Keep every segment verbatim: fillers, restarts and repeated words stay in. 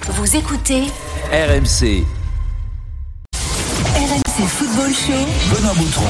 Vous écoutez R M C. R M C Football Show. Benoît Boutron.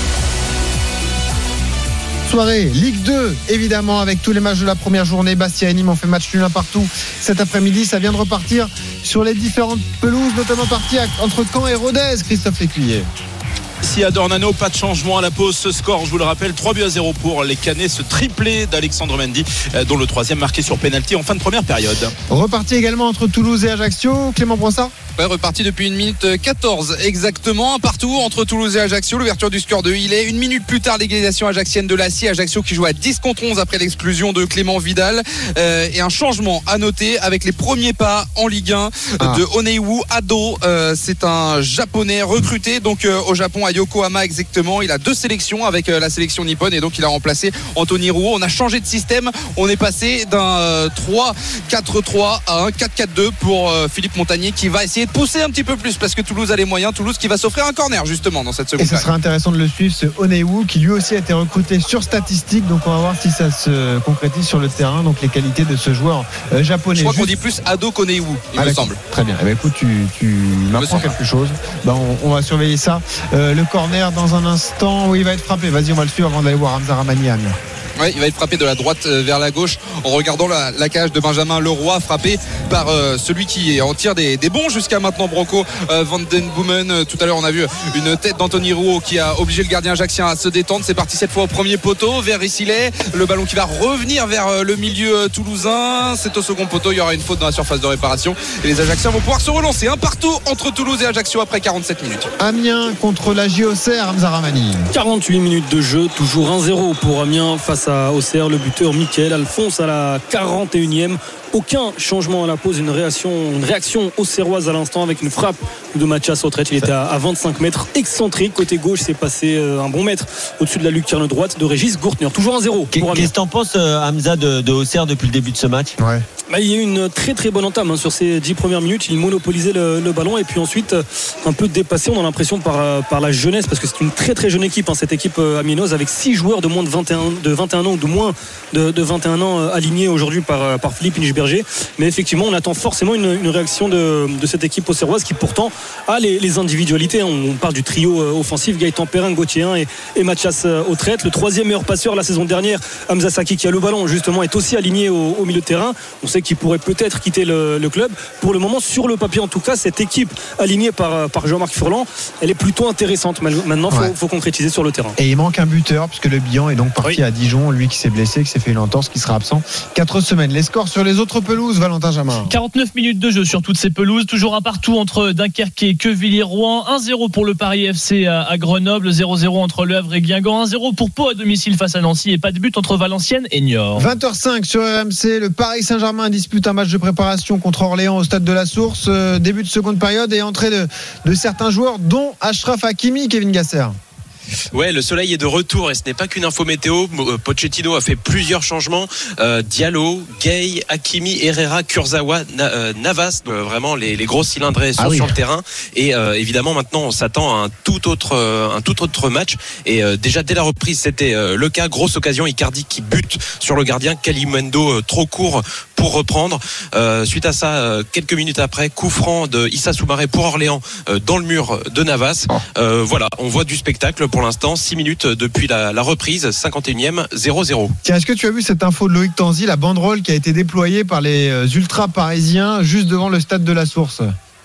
Soirée Ligue deux, évidemment, avec tous les matchs de la première journée. Bastia et Nîmes ont fait match nul un partout cet après-midi. Ça vient de repartir sur les différentes pelouses, notamment partie entre Caen et Rodez. Christophe Lécuyer. Ici à Dornano, pas de changement à la pause. Ce score, je vous le rappelle, trois buts à zéro pour les Canets. Ce triplé d'Alexandre Mendy, dont le troisième marqué sur pénalty en fin de première période. Reparti également entre Toulouse et Ajaccio. Clément Brossard. Ouais, reparti depuis une minute quatorze exactement, un partout entre Toulouse et Ajaccio. L'ouverture du score de Hillet. Une minute plus tard, l'égalisation ajaxienne de Lassie. Ajaccio qui joue à dix contre onze après l'exclusion de Clément Vidal. Euh, et un changement à noter avec les premiers pas en Ligue un ah. de Oneiwu Ado. Euh, c'est un japonais recruté donc euh, au Japon à Yokohama exactement. Il a deux sélections avec euh, la sélection nippone et donc il a remplacé Anthony Rouault. On a changé de système. On est passé d'un euh, trois quatre trois à un quatre quatre deux pour euh, Philippe Montagnier qui va essayer de pousser un petit peu plus parce que Toulouse a les moyens. Toulouse qui va s'offrir un corner justement dans cette seconde. Et ce sera intéressant de le suivre, ce Oneiwu qui lui aussi a été recruté sur statistique. Donc on va voir si ça se concrétise sur le terrain. Donc les qualités de ce joueur euh, japonais. Je crois Juste... qu'on dit plus Ado qu'Oneiwu, il ah, me semble. Très bien. Eh bien écoute, tu, tu m'apprends quelque chose. Ben, on, on va surveiller ça. Euh, le corner dans un instant où il va être frappé. Vas-y, on va le suivre avant d'aller voir Hamza Ramani à Amiens. Ouais, il va être frappé de la droite vers la gauche en regardant la, la cage de Benjamin Leroy, frappé par euh, celui qui en tire des, des bons jusqu'à maintenant, Branco euh, Van Den Boomen. Tout à l'heure on a vu une tête d'Anthony Rouault qui a obligé le gardien ajaxien à se détendre. C'est parti cette fois au premier poteau vers Rissillet, le ballon qui va revenir vers euh, le milieu toulousain. C'est au second poteau, il y aura une faute dans la surface de réparation et les Ajaxiens vont pouvoir se relancer. Un partout entre Toulouse et Ajaccio après quarante-sept minutes. Amiens contre la J O C R, Hamza Ramani. quarante-huit minutes de jeu, toujours un zéro pour Amiens face à Auxerre. Le buteur Mickaël Alphonse à la quarante et unième. Aucun changement à la pause, une réaction, une réaction auxerroise à l'instant avec une frappe de Mathias Autrette. Il était à vingt-cinq mètres, excentrique. Côté gauche, c'est passé un bon mètre au-dessus de la lucarne droite de Régis Gourtner. Toujours un zéro. Qu'est-ce que t'en penses, Hamza, de, de Auxerre depuis le début de ce match? Ouais. Bah, il y a eu une très très bonne entame hein, sur ces dix premières minutes. Il monopolisait le, le ballon et puis ensuite un peu dépassé, on a l'impression, par, par la jeunesse, parce que c'est une très très jeune équipe hein, cette équipe amiénoise, avec six joueurs de moins de vingt et un, de vingt et un ans ou de moins de, de vingt et un ans alignés aujourd'hui par, par Philippe Inchberger. Mais effectivement on attend forcément une, une réaction de, de cette équipe auxerroise qui pourtant a les, les individualités hein. On parle du trio offensif, Gaëtan Perrin, Gauthier hein, et, et Mathias Autrette. Le troisième meilleur passeur la saison dernière, Hamza Saki, qui a le ballon justement, est aussi aligné au, au milieu de terrain. On sait qu'il pourrait peut-être quitter le, le club. Pour le moment, sur le papier en tout cas, cette équipe alignée par, par Jean-Marc Furlan, elle est plutôt intéressante. Maintenant, il faut, ouais. faut concrétiser sur le terrain. Et il manque un buteur puisque le Bihan est donc parti oui. à Dijon, lui qui s'est blessé, qui s'est fait une entorse, qui sera absent quatre semaines. Les scores sur les autres pelouses, Valentin Jamin. quarante-neuf minutes de jeu sur toutes ces pelouses, toujours un partout entre Dunkerque et Quevilly-Rouen. un zéro pour le Paris F C à Grenoble, zéro zéro entre Le Havre et Guingamp, un zéro pour Pau à domicile face à Nancy et pas de but entre Valenciennes et Niort. vingt heures cinq sur R M C, le Paris Saint-Germain dispute un match de préparation contre Orléans au stade de la Source. Euh, début de seconde période et entrée de, de certains joueurs, dont Achraf Hakimi, Kevin Gasser. Ouais, le soleil est de retour et ce n'est pas qu'une info météo. Pochettino a fait plusieurs changements. Euh, Diallo, Gay, Hakimi, Herrera, Kurzawa, Na, euh, Navas. Euh, vraiment, les, les gros cylindrés sont ah oui. sur le terrain. Et euh, évidemment, maintenant, on s'attend à un tout autre, euh, un tout autre match. Et euh, déjà dès la reprise, c'était euh, le cas. Grosse occasion, Icardi qui bute sur le gardien. Kalimundo euh, trop court pour reprendre. Euh, suite à ça, euh, quelques minutes après, coup franc de Issa Soumaré pour Orléans euh, dans le mur de Navas. Euh, voilà, on voit du spectacle. Pour l'instant, six minutes depuis la, la reprise, cinquante et unième, zéro zéro. Tiens, est-ce que tu as vu cette info de Loïc Tanzi, la banderole qui a été déployée par les ultras parisiens juste devant le stade de la Source?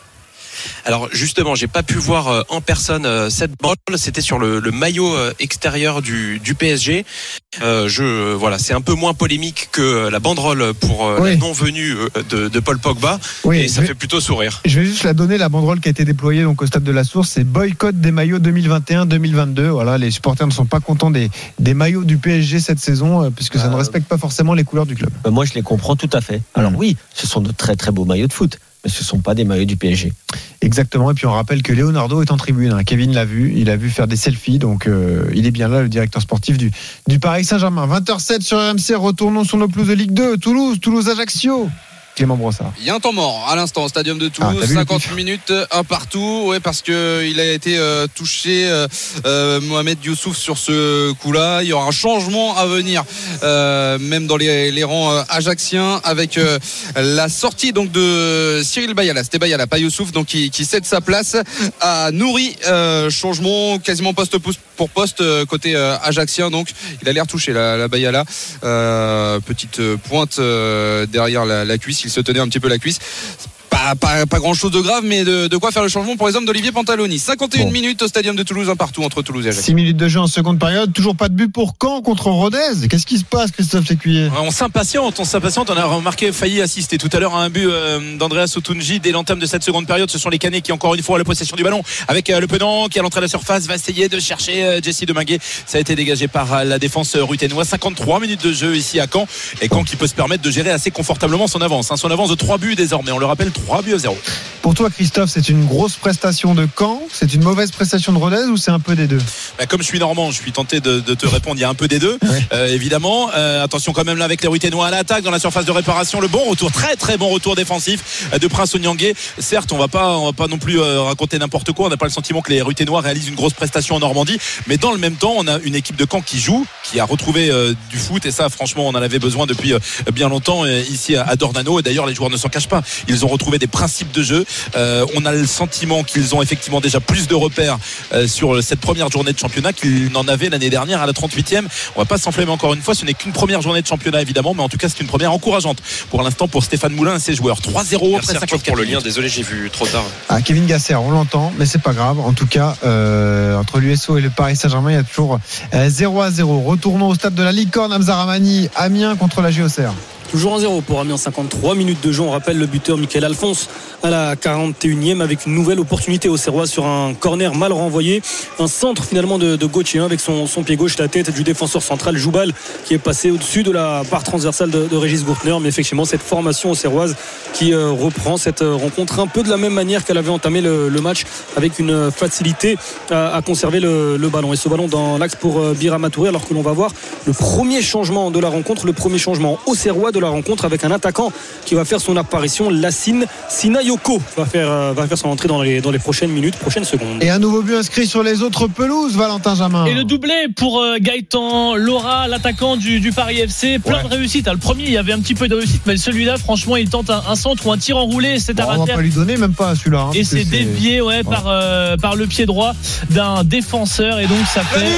Alors justement, j'ai pas pu voir en personne cette banderole. C'était sur le, le maillot extérieur du, du P S G. Euh, je voilà, c'est un peu moins polémique que la banderole pour oui. la non-venue de, de Paul Pogba. Oui, et ça vais, fait plutôt sourire. Je vais juste la donner, la banderole qui a été déployée donc au stade de la Source. C'est boycott des maillots deux mille vingt et un deux mille vingt-deux. Voilà, les supporters ne sont pas contents des, des maillots du P S G cette saison puisque ça euh, ne respecte pas forcément les couleurs du club. Moi, je les comprends tout à fait. Alors mmh. oui, ce sont de très très beaux maillots de foot. Mais ce ne sont pas des maillots du P S G. Exactement, et puis on rappelle que Leonardo est en tribune, hein. Kevin l'a vu, il a vu faire des selfies, donc euh, il est bien là, le directeur sportif du, du Paris Saint-Germain. vingt heures sept sur R M C, retournons sur nos pelouses de Ligue deux, Toulouse, Toulouse-Ajaccio. Clément Brossard. Il y a un temps mort à l'instant au Stadium de Toulouse, ah, cinquante minutes, un partout, ouais, parce que il a été euh, touché euh, euh, Mohamed Youssouf sur ce coup-là. Il y aura un changement à venir, euh, même dans les, les rangs euh, ajaxiens, avec euh, la sortie donc de Cyril Bayala. C'était Bayala, pas Youssouf, donc qui, qui cède sa place à Nouri. Euh, changement quasiment poste pour poste euh, côté euh, ajaxien, donc il a l'air touché la, la Bayala. Euh, petite pointe euh, derrière la, la cuisse. Il se tenait un petit peu la cuisse. Pas, pas, pas grand chose de grave, mais de, de quoi faire le changement pour les hommes d'Olivier Pantaloni. cinquante et une bon. minutes au Stadium de Toulouse, un partout entre Toulouse et Ajaccio. six minutes de jeu en seconde période, toujours pas de but pour Caen contre Rodez. Qu'est-ce qui se passe, Christophe Sécuyer? On s'impatiente, on s'impatiente. On a remarqué, failli assister tout à l'heure à un but euh, d'Andreas Otunji dès l'entame de cette seconde période. Ce sont les Canets qui, encore une fois, à la possession du ballon avec euh, le Penant qui, à l'entrée de la surface, va essayer de chercher euh, Jesse Deminguet. Ça a été dégagé par euh, la défense ruténoise. cinquante-trois minutes de jeu ici à Caen. Et Caen qui peut se permettre de gérer assez confortablement son avance. Hein. Son avance de trois buts désormais. On le rappelle, trois buts à zéro. Pour toi, Christophe, c'est une grosse prestation de Caen, c'est une mauvaise prestation de Rodez ou c'est un peu des deux? Bah, comme je suis normand, je suis tenté de, de te répondre, il y a un peu des deux, ouais. euh, évidemment. Euh, attention quand même là avec les Ruténois à l'attaque dans la surface de réparation. Le bon retour, très très bon retour défensif de Prince Onyangé. Certes, on va pas, on va pas non plus euh, raconter n'importe quoi. On n'a pas le sentiment que les Ruténois réalisent une grosse prestation en Normandie, mais dans le même temps, on a une équipe de Caen qui joue, qui a retrouvé euh, du foot et ça, franchement, on en avait besoin depuis euh, bien longtemps euh, ici à, à Dornano. Et d'ailleurs, les joueurs ne s'en cachent pas. Ils ont retrouvé des principes de jeu. Euh, on a le sentiment qu'ils ont effectivement déjà plus de repères euh, sur cette première journée de championnat qu'ils n'en avaient l'année dernière à la trente-huitième. On va pas s'enflammer encore une fois, ce n'est qu'une première journée de championnat évidemment, mais en tout cas c'est une première encourageante pour l'instant pour Stéphane Moulin et ses joueurs. trois zéro après cinquante-quatre pour le minutes. lien, désolé j'ai vu trop tard. Ah, Kevin Gasser, on l'entend, mais c'est pas grave. En tout cas, euh, entre l'U S O et le Paris Saint-Germain, il y a toujours euh, zéro à zéro. Retournons au stade de la Licorne, Hamza Ramani, Amiens contre la J O C R. Toujours un zéro pour Amiens, cinquante-trois minutes de jeu. On rappelle le buteur Michael Alphonse à la quarante et unième avec une nouvelle opportunité au Serrois sur un corner mal renvoyé. Un centre finalement de, de Gauthier avec son, son pied gauche, la tête du défenseur central Joubal qui est passé au-dessus de la barre transversale de, de Régis Gourtner. Mais effectivement, cette formation au Serroise qui euh, reprend cette rencontre un peu de la même manière qu'elle avait entamé le, le match avec une facilité à, à conserver le, le ballon. Et ce ballon dans l'axe pour euh, Birama Touré, alors que l'on va voir le premier changement de la rencontre, le premier changement au Serrois de la rencontre avec un attaquant qui va faire son apparition. Lassine Sinayoko va faire, euh, va faire son entrée dans les, dans les prochaines minutes, prochaines secondes. Et un nouveau but inscrit sur les autres pelouses, Valentin Jamin. Et le doublé pour euh, Gaëtan Laura, l'attaquant du, du Paris F C. Plein ouais. de réussite. Le premier, il y avait un petit peu de réussite, mais celui-là, franchement, il tente un, un centre ou un tir enroulé. C'est bon, à on va pas lui donner, même pas celui-là. Hein, et c'est dévié ouais, ouais. Par, euh, par le pied droit d'un défenseur. Et donc, ça fait.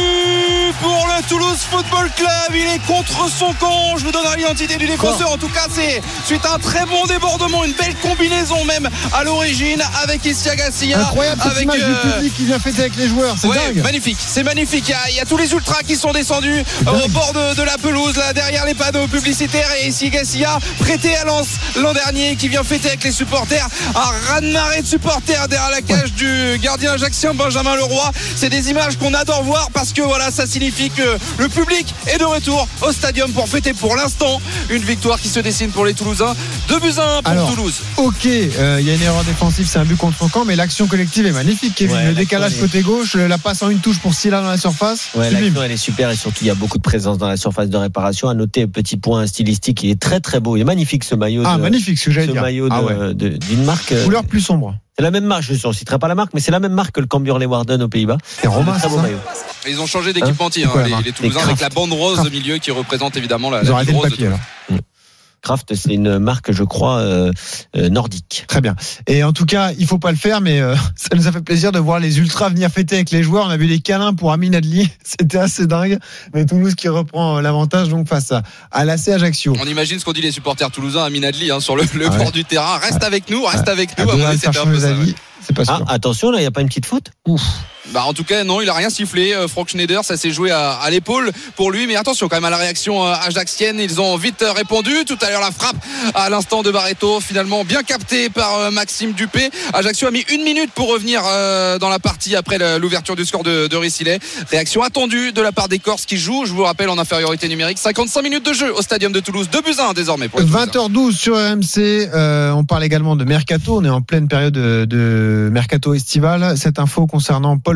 Pour le Toulouse Football Club, il est contre son camp. Je vous donnerai l'identité du défenseur. Quoi en tout cas, c'est suite à un très bon débordement, une belle combinaison même à l'origine avec Issia Gassia. Incroyable cette avec image euh... du public qui vient fêter avec les joueurs. C'est ouais, dingue. Magnifique, c'est magnifique. Il y, a, il y a tous les ultras qui sont descendus au bord de, de la pelouse, là derrière les panneaux publicitaires. Et ici Gassia, prêté à Lens l'an dernier, qui vient fêter avec les supporters. Un raz-de-marée de supporters derrière la cage ouais. du gardien ajaxien Benjamin Leroy. C'est des images qu'on adore voir parce que voilà, ça signifie que le public est de retour au stadium pour fêter pour l'instant une victoire qui se dessine pour les Toulousains. deux buts à un pour Alors, Toulouse. Ok, il euh, y a une erreur défensive, c'est un but contre son camp, mais l'action collective est magnifique. Kevin, ouais, le décalage est... côté gauche, la passe en une touche pour Silla dans la surface. Ouais, l'action elle est super et surtout il y a beaucoup de présence dans la surface de réparation. À noter, petit point stylistique, il est très très beau. Il est magnifique ce maillot. Ah de, magnifique, ce que j'allais ce dire. maillot ah, de, ouais. de, d'une marque. Couleur plus sombre. C'est la même marque, je ne citerai pas la marque, mais c'est la même marque que le Cambuur-Leeuwarden aux Pays-Bas. C'est Romain, très beau maillot. Ils ont changé d'équipementier, hein, hein, les, les Toulousains, avec la bande rose au milieu qui représente évidemment la, Ils la ont arrêté rose le papier, de alors. Kraft, c'est une marque, je crois, euh, euh, nordique. Très bien. Et en tout cas, il faut pas le faire, mais euh, ça nous a fait plaisir de voir les ultras venir fêter avec les joueurs. On a vu les câlins pour Amin Adli. C'était assez dingue. Mais Toulouse qui reprend l'avantage donc face à, à l'A C Ajaccio. On imagine ce qu'ont dit les supporters toulousains à Amin Adli hein, sur le, le ah bord ouais. du terrain. Reste ouais. avec nous, reste ouais. avec nous. À à mon avis, c'était un peu ça. Ouais. C'est pas sûr. Ah, attention, là, il n'y a pas une petite faute. Ouf. Bah en tout cas non, il a rien sifflé. euh, Franck Schneider, ça s'est joué à, à l'épaule pour lui, mais attention quand même à la réaction euh, ajaxienne. Ils ont vite euh, répondu. Tout à l'heure la frappe à l'instant de Barreto, finalement bien capté par euh, Maxime Dupé. Ajaccio a mis une minute pour revenir euh, dans la partie après la, l'ouverture du score de, de Rissillet. Réaction attendue de la part des Corses qui jouent, je vous rappelle, en infériorité numérique. cinquante-cinq minutes de jeu au Stadium de Toulouse, deux buts à un désormais pour les vingt heures douze sur R M C. Euh, on parle également de Mercato. On est en pleine période de, de Mercato estival. Cette info concernant Paul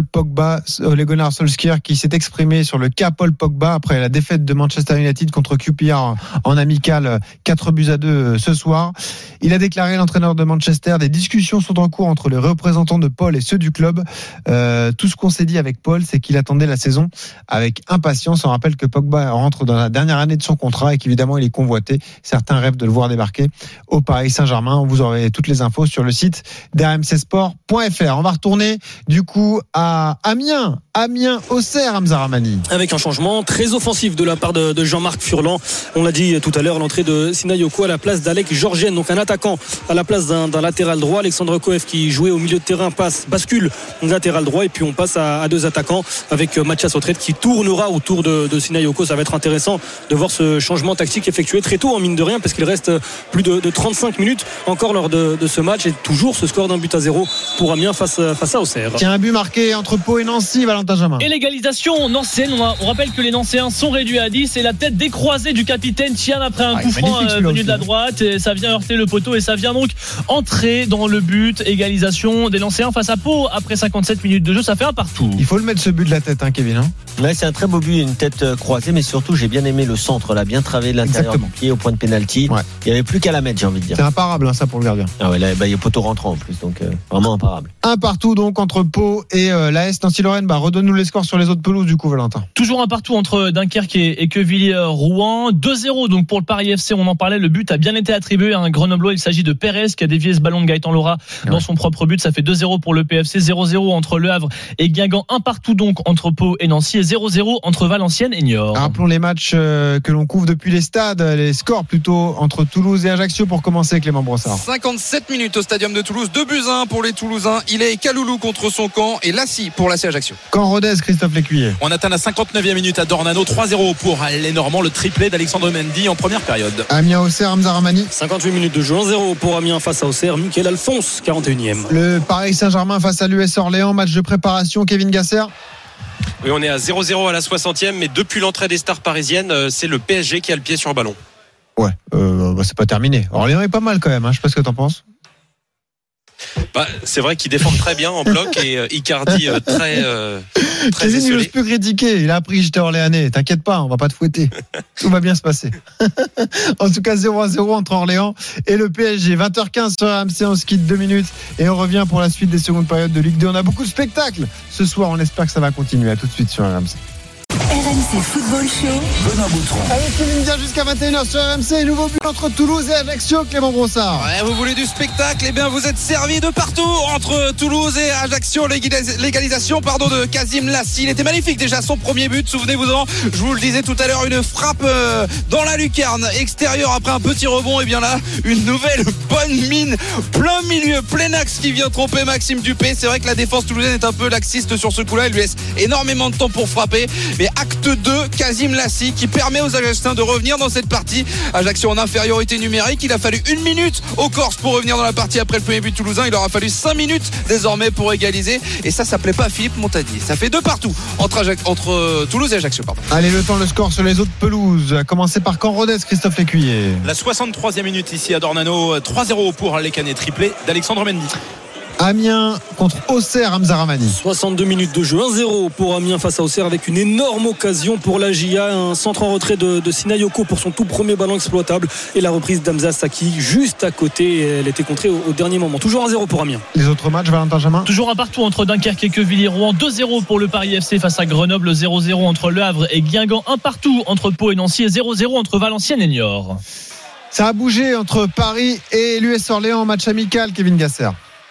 Paul Pogba, Ole Gunnar Solskjaer, qui s'est exprimé sur le cas Paul Pogba après la défaite de Manchester United contre Q P R en, en amical, quatre buts à deux ce soir. Il a déclaré, l'entraîneur de Manchester, des discussions sont en cours entre les représentants de Paul et ceux du club. Euh, tout ce qu'on s'est dit avec Paul, c'est qu'il attendait la saison avec impatience. On rappelle que Pogba rentre dans la dernière année de son contrat et qu'évidemment il est convoité. Certains rêvent de le voir débarquer au Paris Saint-Germain. Vous aurez toutes les infos sur le site d r m c sport point f r. On va retourner du coup à Amiens. Amiens Auxerre, Hamza Ramani. Avec un changement très offensif de la part de, de Jean-Marc Furlan. On l'a dit tout à l'heure, l'entrée de Sinayoko à la place d'Alec Georgienne, donc un attaquant à la place d'un, d'un latéral droit. Alexandre Koef qui jouait au milieu de terrain passe, bascule latéral droit, et puis on passe à, à deux attaquants avec Mathias Autrette qui tournera autour de, de Sinayoko. Ça va être intéressant de voir ce changement tactique effectué très tôt en mine de rien, parce qu'il reste plus de, de trente-cinq minutes encore lors de, de ce match, et toujours ce score d'un but à zéro pour Amiens face, face à Auxerre. Tiens, un but marqué entre Pau et Nancy, Valentin Jamin. Et l'égalisation nancéenne, on rappelle que les Nancéens sont réduits à dix, et la tête décroisée du capitaine Tian après un ah, coup franc euh, venu de la droite, et ça vient heurter le poteau et ça vient donc entrer dans le but. Égalisation des Nancéens face à Pau après cinquante-sept minutes de jeu, ça fait un partout. Il faut le mettre ce but de la tête, hein, Kevin. Hein ouais, c'est un très beau but, une tête croisée, mais surtout j'ai bien aimé le centre là, bien travé de l'intérieur du pied au point de pénalty. Ouais. Il n'y avait plus qu'à la mettre, j'ai envie de dire. C'est imparable, hein, ça, pour le gardien. Ah ouais, là, bah, il y a poteau rentrant en plus, donc euh, vraiment imparable. Un partout donc entre Pau et euh, l'A S Nancy-Lorraine. Bah, redonne-nous les scores sur les autres pelouses du coup, Valentin. Toujours un partout entre Dunkerque et, et Quevilly-Rouen. deux zéro donc pour le Paris F C, on en parlait, le but a bien été attribué à un Grenoblois. Il s'agit de Pérez qui a dévié ce ballon de Gaëtan Laura dans ouais. son propre but. Ça fait deux zéro pour le P F C, zéro zéro entre Le Havre et Guingamp, un partout donc entre Pau et Nancy, et zéro zéro entre Valenciennes et Niort. Rappelons les matchs euh, que l'on couvre depuis les stades, les scores plutôt entre Toulouse et Ajaccio pour commencer, Clément Brossard. cinquante-sept minutes au stadium de Toulouse, deux buts à un pour les Toulousains. Il est Kaloulou contre son camp et Lassie pour l'A C Ajaccio. Camp Rodez, Christophe Lécuyer. On atteint la cinquante-neuvième minute à Dornano, trois zéro pour les Normands, le triplé d'Alexandre Mendy en première période. Amiens Auxerre, Hamza Ramani. cinquante-huit minutes de jeu, un zéro pour Amiens face à Auxerre. Michael Alphonse, quarante et unième. Le Paris Saint-Germain face à l'U S Orléans, match de préparation, Kevin Gasser. Oui, on est à zéro zéro à la soixantième, mais depuis l'entrée des stars parisiennes, c'est le P S G qui a le pied sur le ballon. Ouais, euh, bah c'est pas terminé. Orléans est pas mal quand même, hein. Je sais pas ce que t'en penses. Bah, c'est vrai qu'ils défendent très bien en bloc, et euh, Icardi euh, très euh, très Kevin, il esselé. n'ose plus critiquer. Il a appris, j'étais orléanais. T'inquiète pas, on va pas te fouetter. Tout va bien se passer. En tout cas, zéro à zéro entre Orléans et le P S G. vingt heures quinze sur R M C, on se quitte deux minutes et on revient pour la suite des secondes périodes de Ligue deux. On a beaucoup de spectacles ce soir. On espère que ça va continuer. À tout de suite sur R M C. R M C Football Show, Benoît Boutron. Allez, Kevin, bien jusqu'à vingt et une heures sur R M C. Nouveau but entre Toulouse et Ajaccio, Clément Brossard. Ouais, vous voulez du spectacle? Eh bien, vous êtes servis de partout entre Toulouse et Ajaccio. L'égalisation, pardon, de Kazim Lassi. Il était magnifique déjà, son premier but. Souvenez-vous-en, je vous le disais tout à l'heure, une frappe dans la lucarne extérieure après un petit rebond. Et bien là, une nouvelle bonne mine, plein milieu, plein axe qui vient tromper Maxime Dupé. C'est vrai que la défense toulousaine est un peu laxiste sur ce coup-là. Il lui laisse énormément de temps pour frapper. Mais acte deux, Kazim Lassi qui permet aux Ajaxiens de revenir dans cette partie. Ajaccio en infériorité numérique. Il a fallu une minute aux Corses pour revenir dans la partie après le premier but toulousain. Il aura fallu cinq minutes désormais pour égaliser. Et ça, ça plaît pas à Philippe Montagnier. Ça fait deux partout entre, Ajac... entre Toulouse et Ajaccio. Pardon. Allez, le temps, le score sur les autres pelouses. A commencer par Camp Rodez, Christophe Lécuyer. La soixante-troisième minute ici à Dornano, trois zéro pour les Canets, triplé d'Alexandre Mendy. Amiens contre Auxerre, Hamza Ramani. soixante-deux minutes de jeu, un zéro pour Amiens face à Auxerre, avec une énorme occasion pour la J A, un centre en retrait de, de Sinayoko pour son tout premier ballon exploitable, et la reprise d'Hamza Saki juste à côté. Elle était contrée au, au dernier moment. Toujours un zéro pour Amiens. Les autres matchs, Valentin Jamin. Toujours un partout entre Dunkerque et Quevilly-Rouen, deux zéro pour le Paris F C face à Grenoble, zéro zéro entre Le Havre et Guingamp, un partout entre Pau et Nancy, et zéro zéro entre Valenciennes et Niort. Ça a bougé entre Paris et l'U S Orléans en match amical, Kevin Gasser.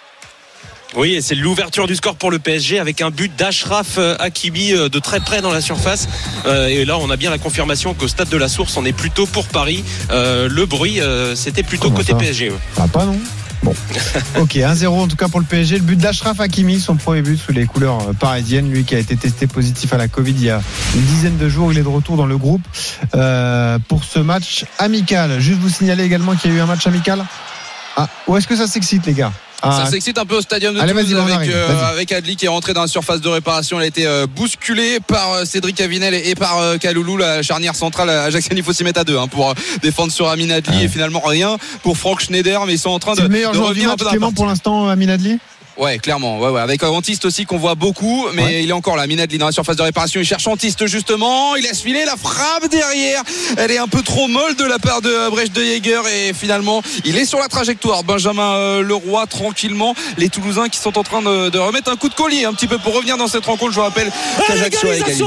Oui, et c'est l'ouverture du score pour le P S G avec un but d'Achraf Hakimi de très près dans la surface. Euh, et là, on a bien la confirmation qu'au stade de la Source, on est plutôt pour Paris. Euh, le bruit, euh, c'était plutôt Comment côté ça P S G. Ouais. Ah, pas non. Bon, ok, un zéro en tout cas pour le P S G. Le but d'Achraf Hakimi, son premier but sous les couleurs parisiennes. Lui qui a été testé positif à la Covid il y a une dizaine de jours. Il est de retour dans le groupe euh, pour ce match amical. Juste vous signaler également qu'il y a eu un match amical. Ah, où est-ce que ça s'excite, les gars? Ah, ça s'excite un peu au stadium de Allez, Toulouse vas-y, avec, vas-y, euh, vas-y. avec Adli qui est rentré dans la surface de réparation. Il a été euh, bousculé par euh, Cédric Avinel et, et par euh, Kaloulou, la charnière centrale Ajaxienne. Il faut s'y mettre à deux hein, pour euh, défendre sur Amin Adli. Ah. Et finalement rien pour Franck Schneider, mais ils sont en train de, c'est le meilleur de joueur du revenir match, un peu Clément, pour l'instant, Amin Adli. Ouais, clairement. Ouais, ouais. Avec Antiste aussi qu'on voit beaucoup, mais ouais. il est encore là. Minadli dans la surface de réparation. Il cherche Antiste justement. Il laisse filer la frappe derrière. Elle est un peu trop molle de la part de Brecht de Jaeger et finalement il est sur la trajectoire. Benjamin euh, Leroy tranquillement. Les Toulousains qui sont en train de, de remettre un coup de collier un petit peu pour revenir dans cette rencontre. Je vous rappelle qu'Ajaccio a égalisé.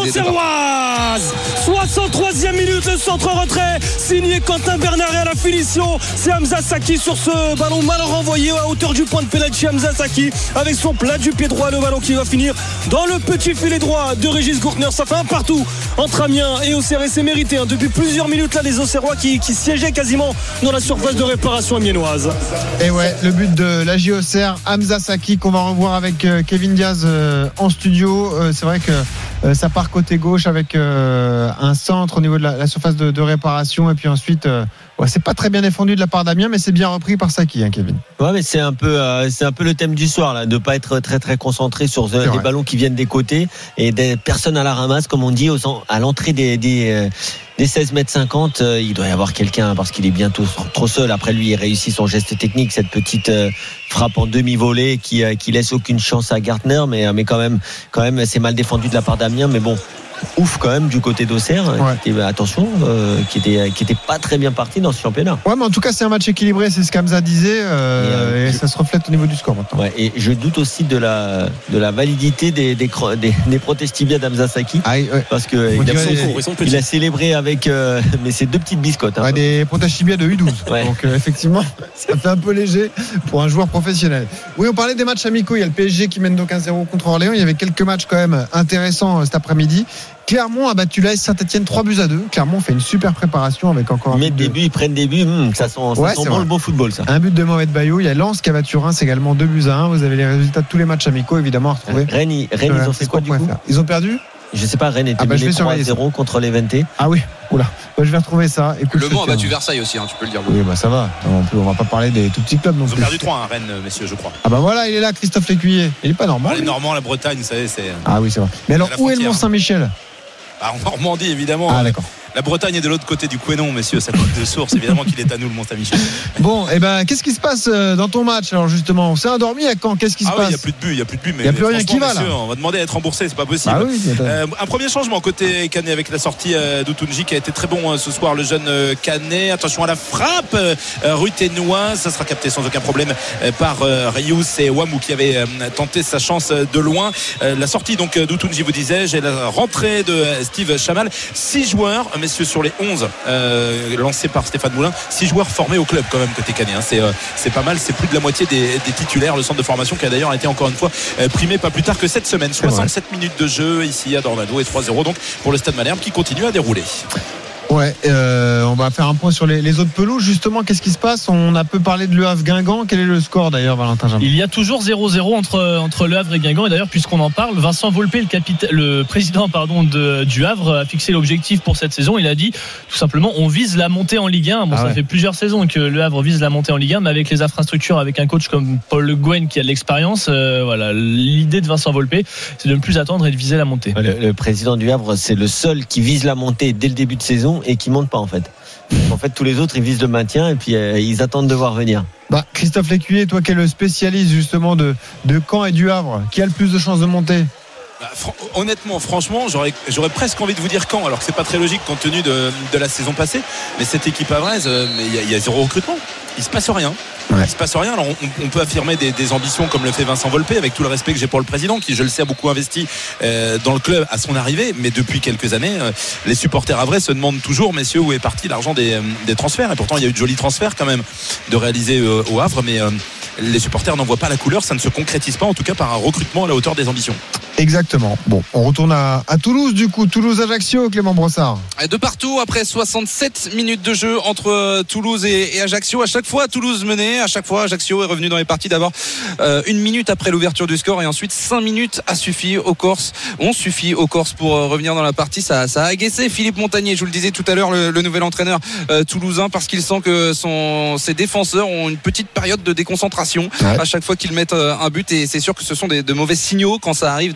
soixante-troisième minute, le centre retrait signé Quentin Bernard et à la finition c'est Hamza Saki sur ce ballon mal renvoyé à hauteur du point de pénalty. Hamza Saki avec son plat du pied droit, le ballon qui va finir dans le petit filet droit de Régis Gourtner. Ça fait un partout entre Amiens et Auxerre et c'est mérité hein. Depuis plusieurs minutes là, les Auxerrois qui, qui siégeaient quasiment dans la surface de réparation amiénoise. Et ouais, le but de la J Auxerre, Hamza Saki qu'on va revoir avec euh, Kevin Diaz euh, en studio. Euh, c'est vrai que euh, ça part côté gauche avec euh, un centre au niveau de la, la surface de, de réparation et puis ensuite euh, ouais, c'est pas très bien défendu de la part d'Amiens, mais c'est bien repris par Saki, hein, Kevin. Ouais, mais c'est un peu, euh, c'est un peu le thème du soir là, de pas être très très concentré sur euh, des ballons qui viennent des côtés et des personnes à la ramasse, comme on dit, aux, à l'entrée des des, euh, des seize mètres cinquante. Euh, il doit y avoir quelqu'un parce qu'il est bientôt trop seul. Après lui, il réussit son geste technique, cette petite euh, frappe en demi-volée qui euh, qui laisse aucune chance à Gartner, mais mais quand même, quand même, c'est mal défendu de la part d'Amiens, mais bon. Ouf quand même du côté d'Auxerre ouais. qui était, attention euh, qui était qui était pas très bien parti dans ce championnat. Ouais, mais en tout cas c'est un match équilibré, c'est ce qu'Hamza disait euh, et, euh, et je... ça se reflète au niveau du score maintenant. Ouais, et je doute aussi de la de la validité des des des, des protestibias d'Hamza Saki ah, ouais. parce que il a, cours, il a célébré avec euh, mais c'est deux petites biscottes hein. Ouais, des protestibias de U douze. Ouais. Donc euh, effectivement ça fait un peu léger pour un joueur professionnel. Oui, on parlait des matchs amicaux, il y a le P S G qui mène donc un zéro contre Orléans, il y avait quelques matchs quand même intéressants cet après-midi. Clermont a battu l'A S Saint-Etienne trois buts à deux. Clermont fait une super préparation avec encore un but. Des buts, ils prennent des buts, hum, ça sent, ça ouais, sent bon le beau football ça. Un but de Mohamed Bayo. Il y a Lens qui a battu Reims également deux buts à un. Vous avez les résultats de tous les matchs amicaux évidemment à retrouver. Rennes, ils, Rennes, ils ont fait quoi du coup ? Ils ont perdu ? Je sais pas, Rennes était ah bah mené trois à zéro contre les Venté. Ah oui, oula. Bah, je vais retrouver ça. Écoute, le Mans a battu Versailles aussi, hein, tu peux le dire. Oui, bah ça va. On, peut, on va pas parler des tout petits clubs non plus. Ils ont perdu trois, hein, Rennes, messieurs, je crois. Ah bah voilà, il est là, Christophe Lécuyer. Il est pas normand. Ah, les Normands, la Bretagne, vous savez, c'est. Ah oui, c'est vrai. Mais alors, où est le Mont-Saint-Michel ? Ah, en Normandie, évidemment. Ah, d'accord. La Bretagne est de l'autre côté du Couesnon, messieurs, ça coûte de source. Évidemment qu'il est à nous, le Mont-Saint-Michel. Bon, et eh ben, qu'est-ce qui se passe dans ton match alors justement ? On s'est endormi à Caen. Qu'est-ce qui se ah passe ? Il n'y a plus de but, il n'y a plus de but. Il n'y a plus rien qui va là. Messieurs, on va demander à être remboursé, c'est pas possible. Ah oui, euh, un premier changement côté Canet avec la sortie euh, d'Outounji qui a été très bon euh, ce soir, le jeune euh, Canet. Attention à la frappe, euh, Ruténois, ça sera capté sans aucun problème euh, par euh, Rious et Wamou qui avait euh, tenté sa chance euh, de loin. Euh, la sortie donc d'Outounji, vous disais-je, et la rentrée de euh, Steve Chamal. Six joueurs, messieurs, sur les onze. Euh, lancé par Stéphane Moulin, six joueurs formés au club quand même côté Canet, hein. c'est, euh, c'est pas mal, c'est plus de la moitié des, des titulaires, le centre de formation qui a d'ailleurs été encore une fois euh, primé pas plus tard que cette semaine. Soixante-sept minutes de jeu ici à Dornado et trois zéro donc pour le Stade Malherbe qui continue à dérouler. Ouais, euh, on va faire un point sur les, les autres pelouses. Justement, qu'est-ce qui se passe ? On a peu parlé de Le Havre Guingamp. Quel est le score d'ailleurs, Valentin Jamin ? Il y a toujours zéro zéro entre, entre Le Havre et Guingamp. Et d'ailleurs, puisqu'on en parle, Vincent Volpe, le, capita- le président pardon, de, du Havre, a fixé l'objectif pour cette saison. Il a dit tout simplement on vise la montée en Ligue un. Bon, ah ça ouais. fait plusieurs saisons que Le Havre vise la montée en Ligue un, mais avec les infrastructures, avec un coach comme Paul Le Guen qui a de l'expérience, euh, voilà, l'idée de Vincent Volpe, c'est de ne plus attendre et de viser la montée. Le, le président du Havre, c'est le seul qui vise la montée dès le début de saison et qui monte pas en fait. En fait, tous les autres, ils visent le maintien et puis euh, ils attendent de voir venir. Bah, Christophe Lécuyer, toi qui es le spécialiste justement de, de Caen et du Havre, qui a le plus de chances de monter ? Bah, fr- honnêtement, franchement, j'aurais, j'aurais presque envie de vous dire Caen, alors que c'est pas très logique compte tenu de, de la saison passée. Mais cette équipe havraise, euh, il y, y a zéro recrutement. Il se passe rien. Ouais. Il se passe rien. Alors on, on peut affirmer des, des ambitions comme le fait Vincent Volpe, avec tout le respect que j'ai pour le président, qui je le sais a beaucoup investi euh, dans le club à son arrivée. Mais depuis quelques années, euh, les supporters havrais se demandent toujours, messieurs, où est parti l'argent des, euh, des transferts. Et pourtant, il y a eu de jolis transferts quand même de réaliser euh, au Havre, mais euh, les supporters n'en voient pas la couleur. Ça ne se concrétise pas, en tout cas par un recrutement à la hauteur des ambitions. Exactement. Bon, on retourne à, à Toulouse du coup. Toulouse-Ajaccio, Clément Brossard. De partout, après soixante-sept minutes de jeu entre Toulouse et, et Ajaccio. À chaque fois, Toulouse menait. À chaque fois, Ajaccio est revenu dans les parties d'abord euh, une minute après l'ouverture du score et ensuite cinq minutes a suffi aux Corses. On suffit aux Corses pour euh, revenir dans la partie. Ça, ça a agacé Philippe Montagnier. Je vous le disais tout à l'heure, le, le nouvel entraîneur euh, toulousain, parce qu'il sent que son, ses défenseurs ont une petite période de déconcentration ouais. à chaque fois qu'ils mettent euh, un but. Et c'est sûr que ce sont des, de mauvais signaux quand ça arrive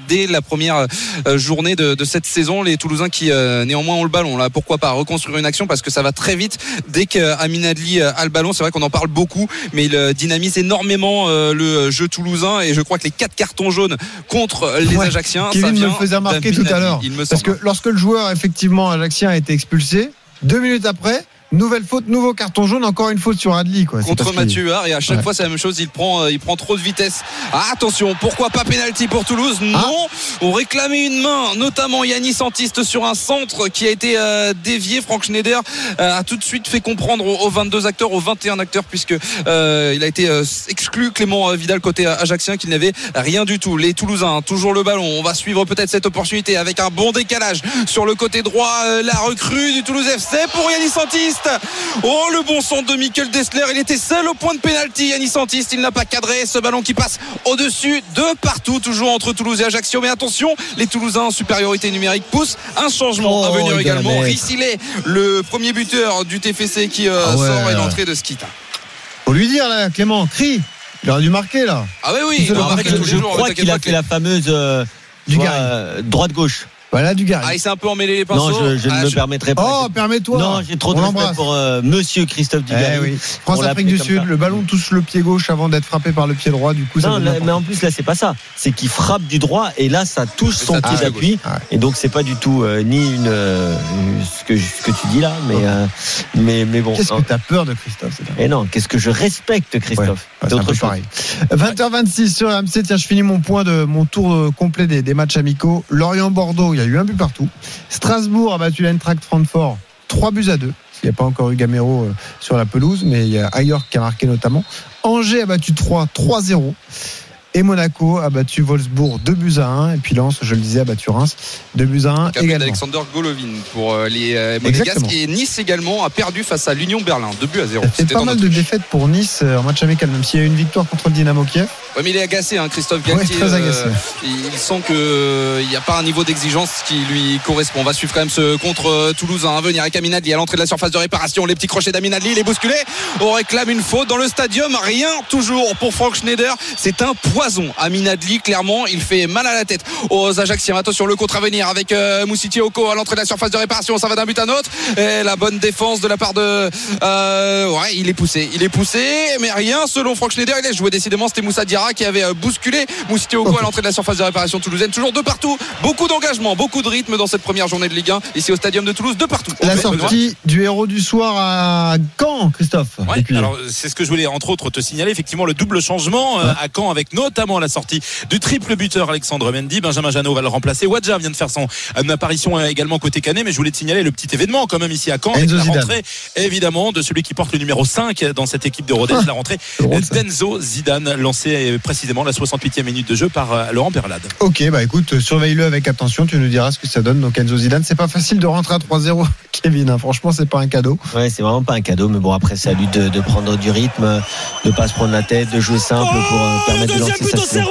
dès la première euh, journée de, de cette saison. Les Toulousains qui euh, néanmoins ont le ballon. Là, pourquoi pas reconstruire une action parce que ça va très vite dès qu'Amin Adli a le ballon. C'est vrai qu'on en parle beaucoup, mais il dynamise énormément euh, le jeu toulousain et je crois que les quatre cartons jaunes contre les ouais, Ajacciens, Kevin ça vient me le faisait remarquer tout à l'heure. Parce que lorsque le joueur effectivement ajaccien a été expulsé, deux minutes après, nouvelle faute, nouveau carton jaune, encore une faute sur Adli quoi. Contre Mathieu Huard et à chaque ouais. fois c'est la même chose, il prend, il prend trop de vitesse. Ah, attention, pourquoi pas pénalty pour Toulouse? Non, ah. on réclamait une main, notamment Yannis Antiste sur un centre qui a été euh, dévié. Franck Schneider euh, a tout de suite fait comprendre aux, aux vingt-deux acteurs, aux vingt et un acteurs, puisque euh, il a été euh, exclu Clément Vidal côté ajaccien, qu'il n'avait rien du tout. Les Toulousains, toujours le ballon. On va suivre peut-être cette opportunité avec un bon décalage sur le côté droit. Euh, la recrue du Toulouse F C pour Yannis Antiste. Oh, le bon centre de Mikkel Dessler, il était seul au point de pénalty. Yannis Antiste, il n'a pas cadré ce ballon qui passe au-dessus de partout, toujours entre Toulouse et Ajaccio. Mais attention, les Toulousains en supériorité numérique poussent. Un changement oh, à venir également. Rissilé, le premier buteur du T F C qui euh, ah ouais, sort et l'entrée de Skita. Faut lui dire là, Clément, crie. Il aurait dû marquer là. Ah oui, oui. Non, après, je, je crois qu'il a fait la fameuse euh, du vois, euh, droite-gauche. Voilà du gars. Ah, il s'est un peu emmêlé les pinceaux. Non, je, je ah, ne me je... permettrai pas. Oh, permets-toi. Non, j'ai trop de respect pour euh, Monsieur Christophe Dugarry. Eh oui. France-Afrique du Sud, ça. Le ballon touche le pied gauche avant d'être frappé par le pied droit. Du coup, non, ça là, mais en plus là, c'est pas ça. C'est qu'il frappe du droit et là, ça touche son ah, pied d'appui. Ah, ouais. Et donc, c'est pas du tout euh, ni une euh, ce que ce que tu dis là, mais euh, mais mais bon. Qu'est-ce que t'as peur de Christophe? Et non, qu'est-ce que je respecte Christophe. Ouais, c'est autre chose. Pareil. vingt heures vingt-six sur R M C. Tiens, je finis mon point de mon tour complet des, des matchs amicaux. Lorient-Bordeaux, il y a eu un but partout. Strasbourg a battu l'Eintracht Francfort trois buts à deux. Il n'y a pas encore eu Gamero sur la pelouse, mais il y a Ayork qui a marqué notamment. Angers a battu trois zéro. Et Monaco a battu Wolfsburg deux buts à un. Et puis Lens, je le disais, a battu Reims deux buts à un également. Alexander Golovin pour les euh, Monégasques. Et Nice également a perdu face à l'Union Berlin deux buts à zéro. C'est pas mal de défaites pour Nice en match amical, même s'il y a eu une victoire contre le Dynamo Kiev. Ouais, mais il est agacé, hein, Christophe Galtier. Ouais, très agacé. Euh, il sent qu'il euh, n'y a pas un niveau d'exigence qui lui correspond. On va suivre quand même ce contre euh, Toulouse à venir avec Amin Adli à l'entrée de la surface de réparation. Les petits crochets d'Amin Adli, il est bousculé. On réclame une faute dans le stadium. Rien toujours pour Franck Schneider. C'est un poison. Amin Adli, clairement, il fait mal à la tête aux Ajacciens. Attention, le contre à venir avec euh, Moussiti Oko à l'entrée de la surface de réparation. Ça va d'un but à un autre. Et la bonne défense de la part de. Euh, ouais, il est poussé. Il est poussé, mais rien selon Franck Schneider. Il a joué décidément. C'était Moussa Diarra qui avait euh, bousculé Moussiti Oko à l'entrée de la surface de réparation toulousaine. Toujours de partout. Beaucoup d'engagement, beaucoup de rythme dans cette première journée de Ligue un. Ici au stadium de Toulouse, de partout. La sortie du héros du soir à Caen, Christophe. Ouais, alors c'est ce que je voulais entre autres te signaler. Effectivement, le double changement ouais. à Caen avec notamment la sortie du triple buteur Alexandre Mendy. Benjamin Janot va le remplacer. Wadja vient de faire son apparition également côté Canet, mais je voulais te signaler le petit événement quand même ici à Caen avec la rentrée évidemment de celui qui porte le numéro cinq dans cette équipe de Rodez, ah, la rentrée d'Enzo Zidane, lancé précisément la soixante-huitième minute de jeu par Laurent Perlade. Ok, bah écoute, surveille-le avec attention, tu nous diras ce que ça donne. Donc Enzo Zidane, c'est pas facile de rentrer à trois zéro, Kevin, hein. Franchement c'est pas un cadeau. Ouais, c'est vraiment pas un cadeau, mais bon après c'est à lui de, de prendre du rythme, de pas se prendre la tête, de jouer simple oh, pour euh, permettre de lancer sa saison.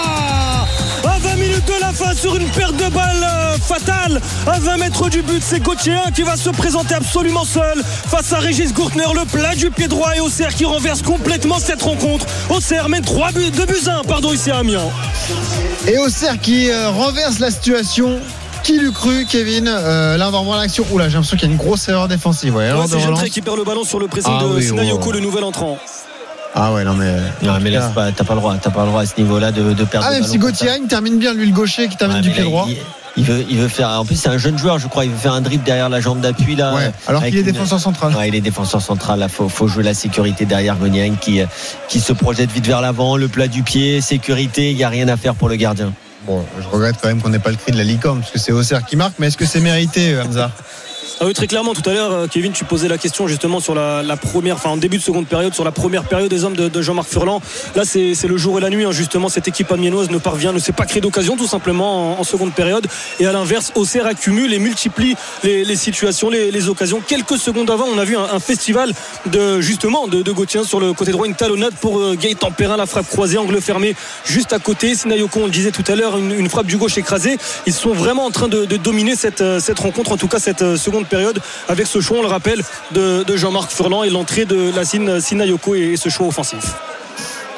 À vingt minutes de la fin sur une perte de balle euh, fatale à vingt mètres du but, c'est Gauthier qui va se présenter absolument seul face à Régis Gourtner, le plat du pied droit, et Auxerre qui renverse complètement cette rencontre. Auxerre mène trois buts, deux buts à un pardon ici à Amiens. Et Auxerre qui euh, renverse la situation. Qui l'eût cru, Kevin? euh, Là on va revoir l'action. Oula, j'ai l'impression qu'il y a une grosse erreur défensive. Ouais, ouais, c'est Gentré qui perd le ballon sur le pressing ah, de oui, Sinayoko, oh. le nouvel entrant. Ah ouais, non mais. Non mais là, pas, t'as pas le droit, t'as pas le droit à ce niveau-là de, de perdre. Ah, même si Gauthier termine bien, lui le gaucher qui termine ouais, du pied là, droit. Il, il veut, il veut faire. En plus, c'est un jeune joueur, je crois. Il veut faire un dribble derrière la jambe d'appui là. Ouais, alors qu'il est une... défenseur central. Ouais, il est défenseur central. Là, faut, faut jouer la sécurité derrière Goniang qui, qui se projette vite vers l'avant, le plat du pied, sécurité. Il y a rien à faire pour le gardien. Bon, je regrette quand même qu'on n'ait pas le cri de la licorne parce que c'est Auxerre qui marque, mais est-ce que c'est mérité, Hamza? Ah oui, très clairement, tout à l'heure, Kevin, tu posais la question justement sur la, la première, enfin en début de seconde période, sur la première période des hommes de, de Jean-Marc Furlan. Là, c'est, c'est le jour et la nuit, hein, justement, cette équipe amiénoise ne parvient, ne s'est pas créé d'occasion, tout simplement, en, en seconde période. Et à l'inverse, Auxerre accumule et multiplie les, les situations, les, les occasions. Quelques secondes avant, on a vu un, un festival de, justement, de, de Gauthier sur le côté droit, une talonnade pour euh, Gaëtan Perrin, la frappe croisée, angle fermé, juste à côté. Sinayoko, on le disait tout à l'heure, une, une frappe du gauche écrasée. Ils sont vraiment en train de, de dominer cette, cette rencontre, en tout cas cette seconde période, avec ce choix, on le rappelle, de, de Jean-Marc Furlan et l'entrée de Lassine Sinayoko et ce choix offensif.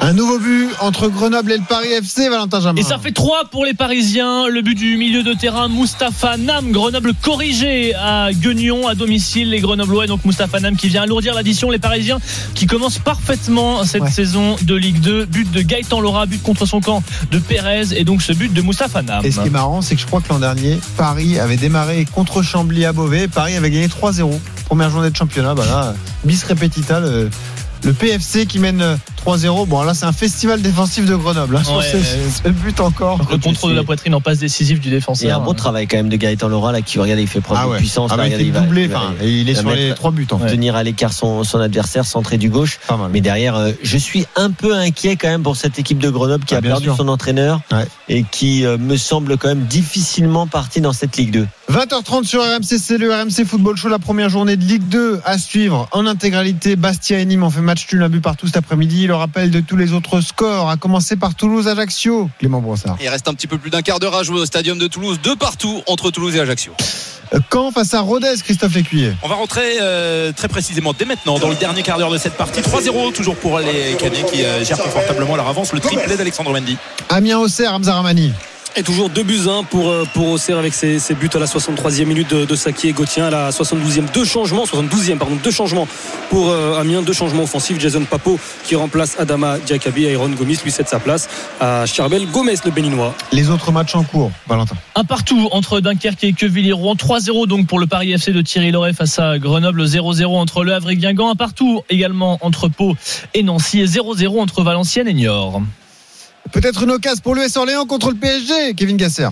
Un nouveau but entre Grenoble et le Paris F C, Valentin Jamin. Et ça fait trois pour les Parisiens. Le but du milieu de terrain, Mustapha Nam. Grenoble corrigé à Guignon à domicile. Les Grenoblois, donc Mustapha Nam qui vient alourdir l'addition. Les Parisiens qui commencent parfaitement cette ouais. saison de Ligue deux. But de Gaëtan Laura, but contre son camp de Pérez et donc ce but de Mustapha Nam. Et ce qui est marrant, c'est que je crois que l'an dernier, Paris avait démarré contre Chambly à Beauvais. Paris avait gagné trois zéro. Première journée de championnat. Bah là, bis repetita. Le... Le P F C qui mène trois zéro. Bon, là, c'est un festival défensif de Grenoble. Hein, ouais, c'est le but encore. Le contrôle de la poitrine en passe décisive du défenseur. Il y a un bon travail quand même de Gaëtan Laura là, qui regarde, il fait preuve ah ouais. de puissance. Ah là, bah, regarde, il, il, va, doublé, il, va, il, il est sur mettre, les trois buts. En fait. Tenir à l'écart son, son adversaire, centré du gauche. Mais derrière, euh, je suis un peu inquiet quand même pour cette équipe de Grenoble qui ah, a perdu sûr. son entraîneur ouais. et qui euh, me semble quand même difficilement parti dans cette Ligue deux. vingt heures trente sur R M C, c'est le R M C Football Show, la première journée de Ligue deux à suivre en intégralité. Bastia et Nîmes ont fait match nul, un but partout cet après-midi. Le rappel de tous les autres scores, à commencer par Toulouse-Ajaccio. Clément Brossard. Il reste un petit peu plus d'un quart d'heure à jouer au stadium de Toulouse, de partout entre Toulouse et Ajaccio. Caen face à Rodez, Christophe Lécuyer. On va rentrer euh, très précisément dès maintenant dans le dernier quart d'heure de cette partie. trois zéro toujours pour les Canets qui euh, gèrent confortablement leur avance. Le triplé d'Alexandre Mendy. Amiens-Auxerre, Hamza Ramani. Et toujours deux buts hein, pour, pour Auxerre avec ses, ses buts à la soixante-troisième minute de, de Saki et Gauthier, à la soixante-douzième. Deux changements, soixante-douzième pardon, deux changements pour euh, Amiens, deux changements offensifs. Jason Papo qui remplace Adama Diakabi, Aaron Gomis lui cède sa place à Charbel Gomez, le Béninois. Les autres matchs en cours, Valentin. Un partout entre Dunkerque et Quevilly-Rouen, trois zéro donc pour le Paris F C de Thierry Loret face à Grenoble, zéro zéro entre Le Havre et Guingamp, un partout également entre Pau et Nancy et zéro zéro entre Valenciennes et Niort. Peut-être une occasion pour l'U S Orléans contre le P S G, Kevin Gasser.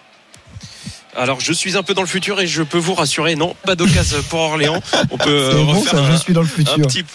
Alors je suis un peu dans le futur et je peux vous rassurer, non, pas d'occasion pour Orléans. On peut c'est refaire bon, ça, un, je suis dans le futur. Un, petit,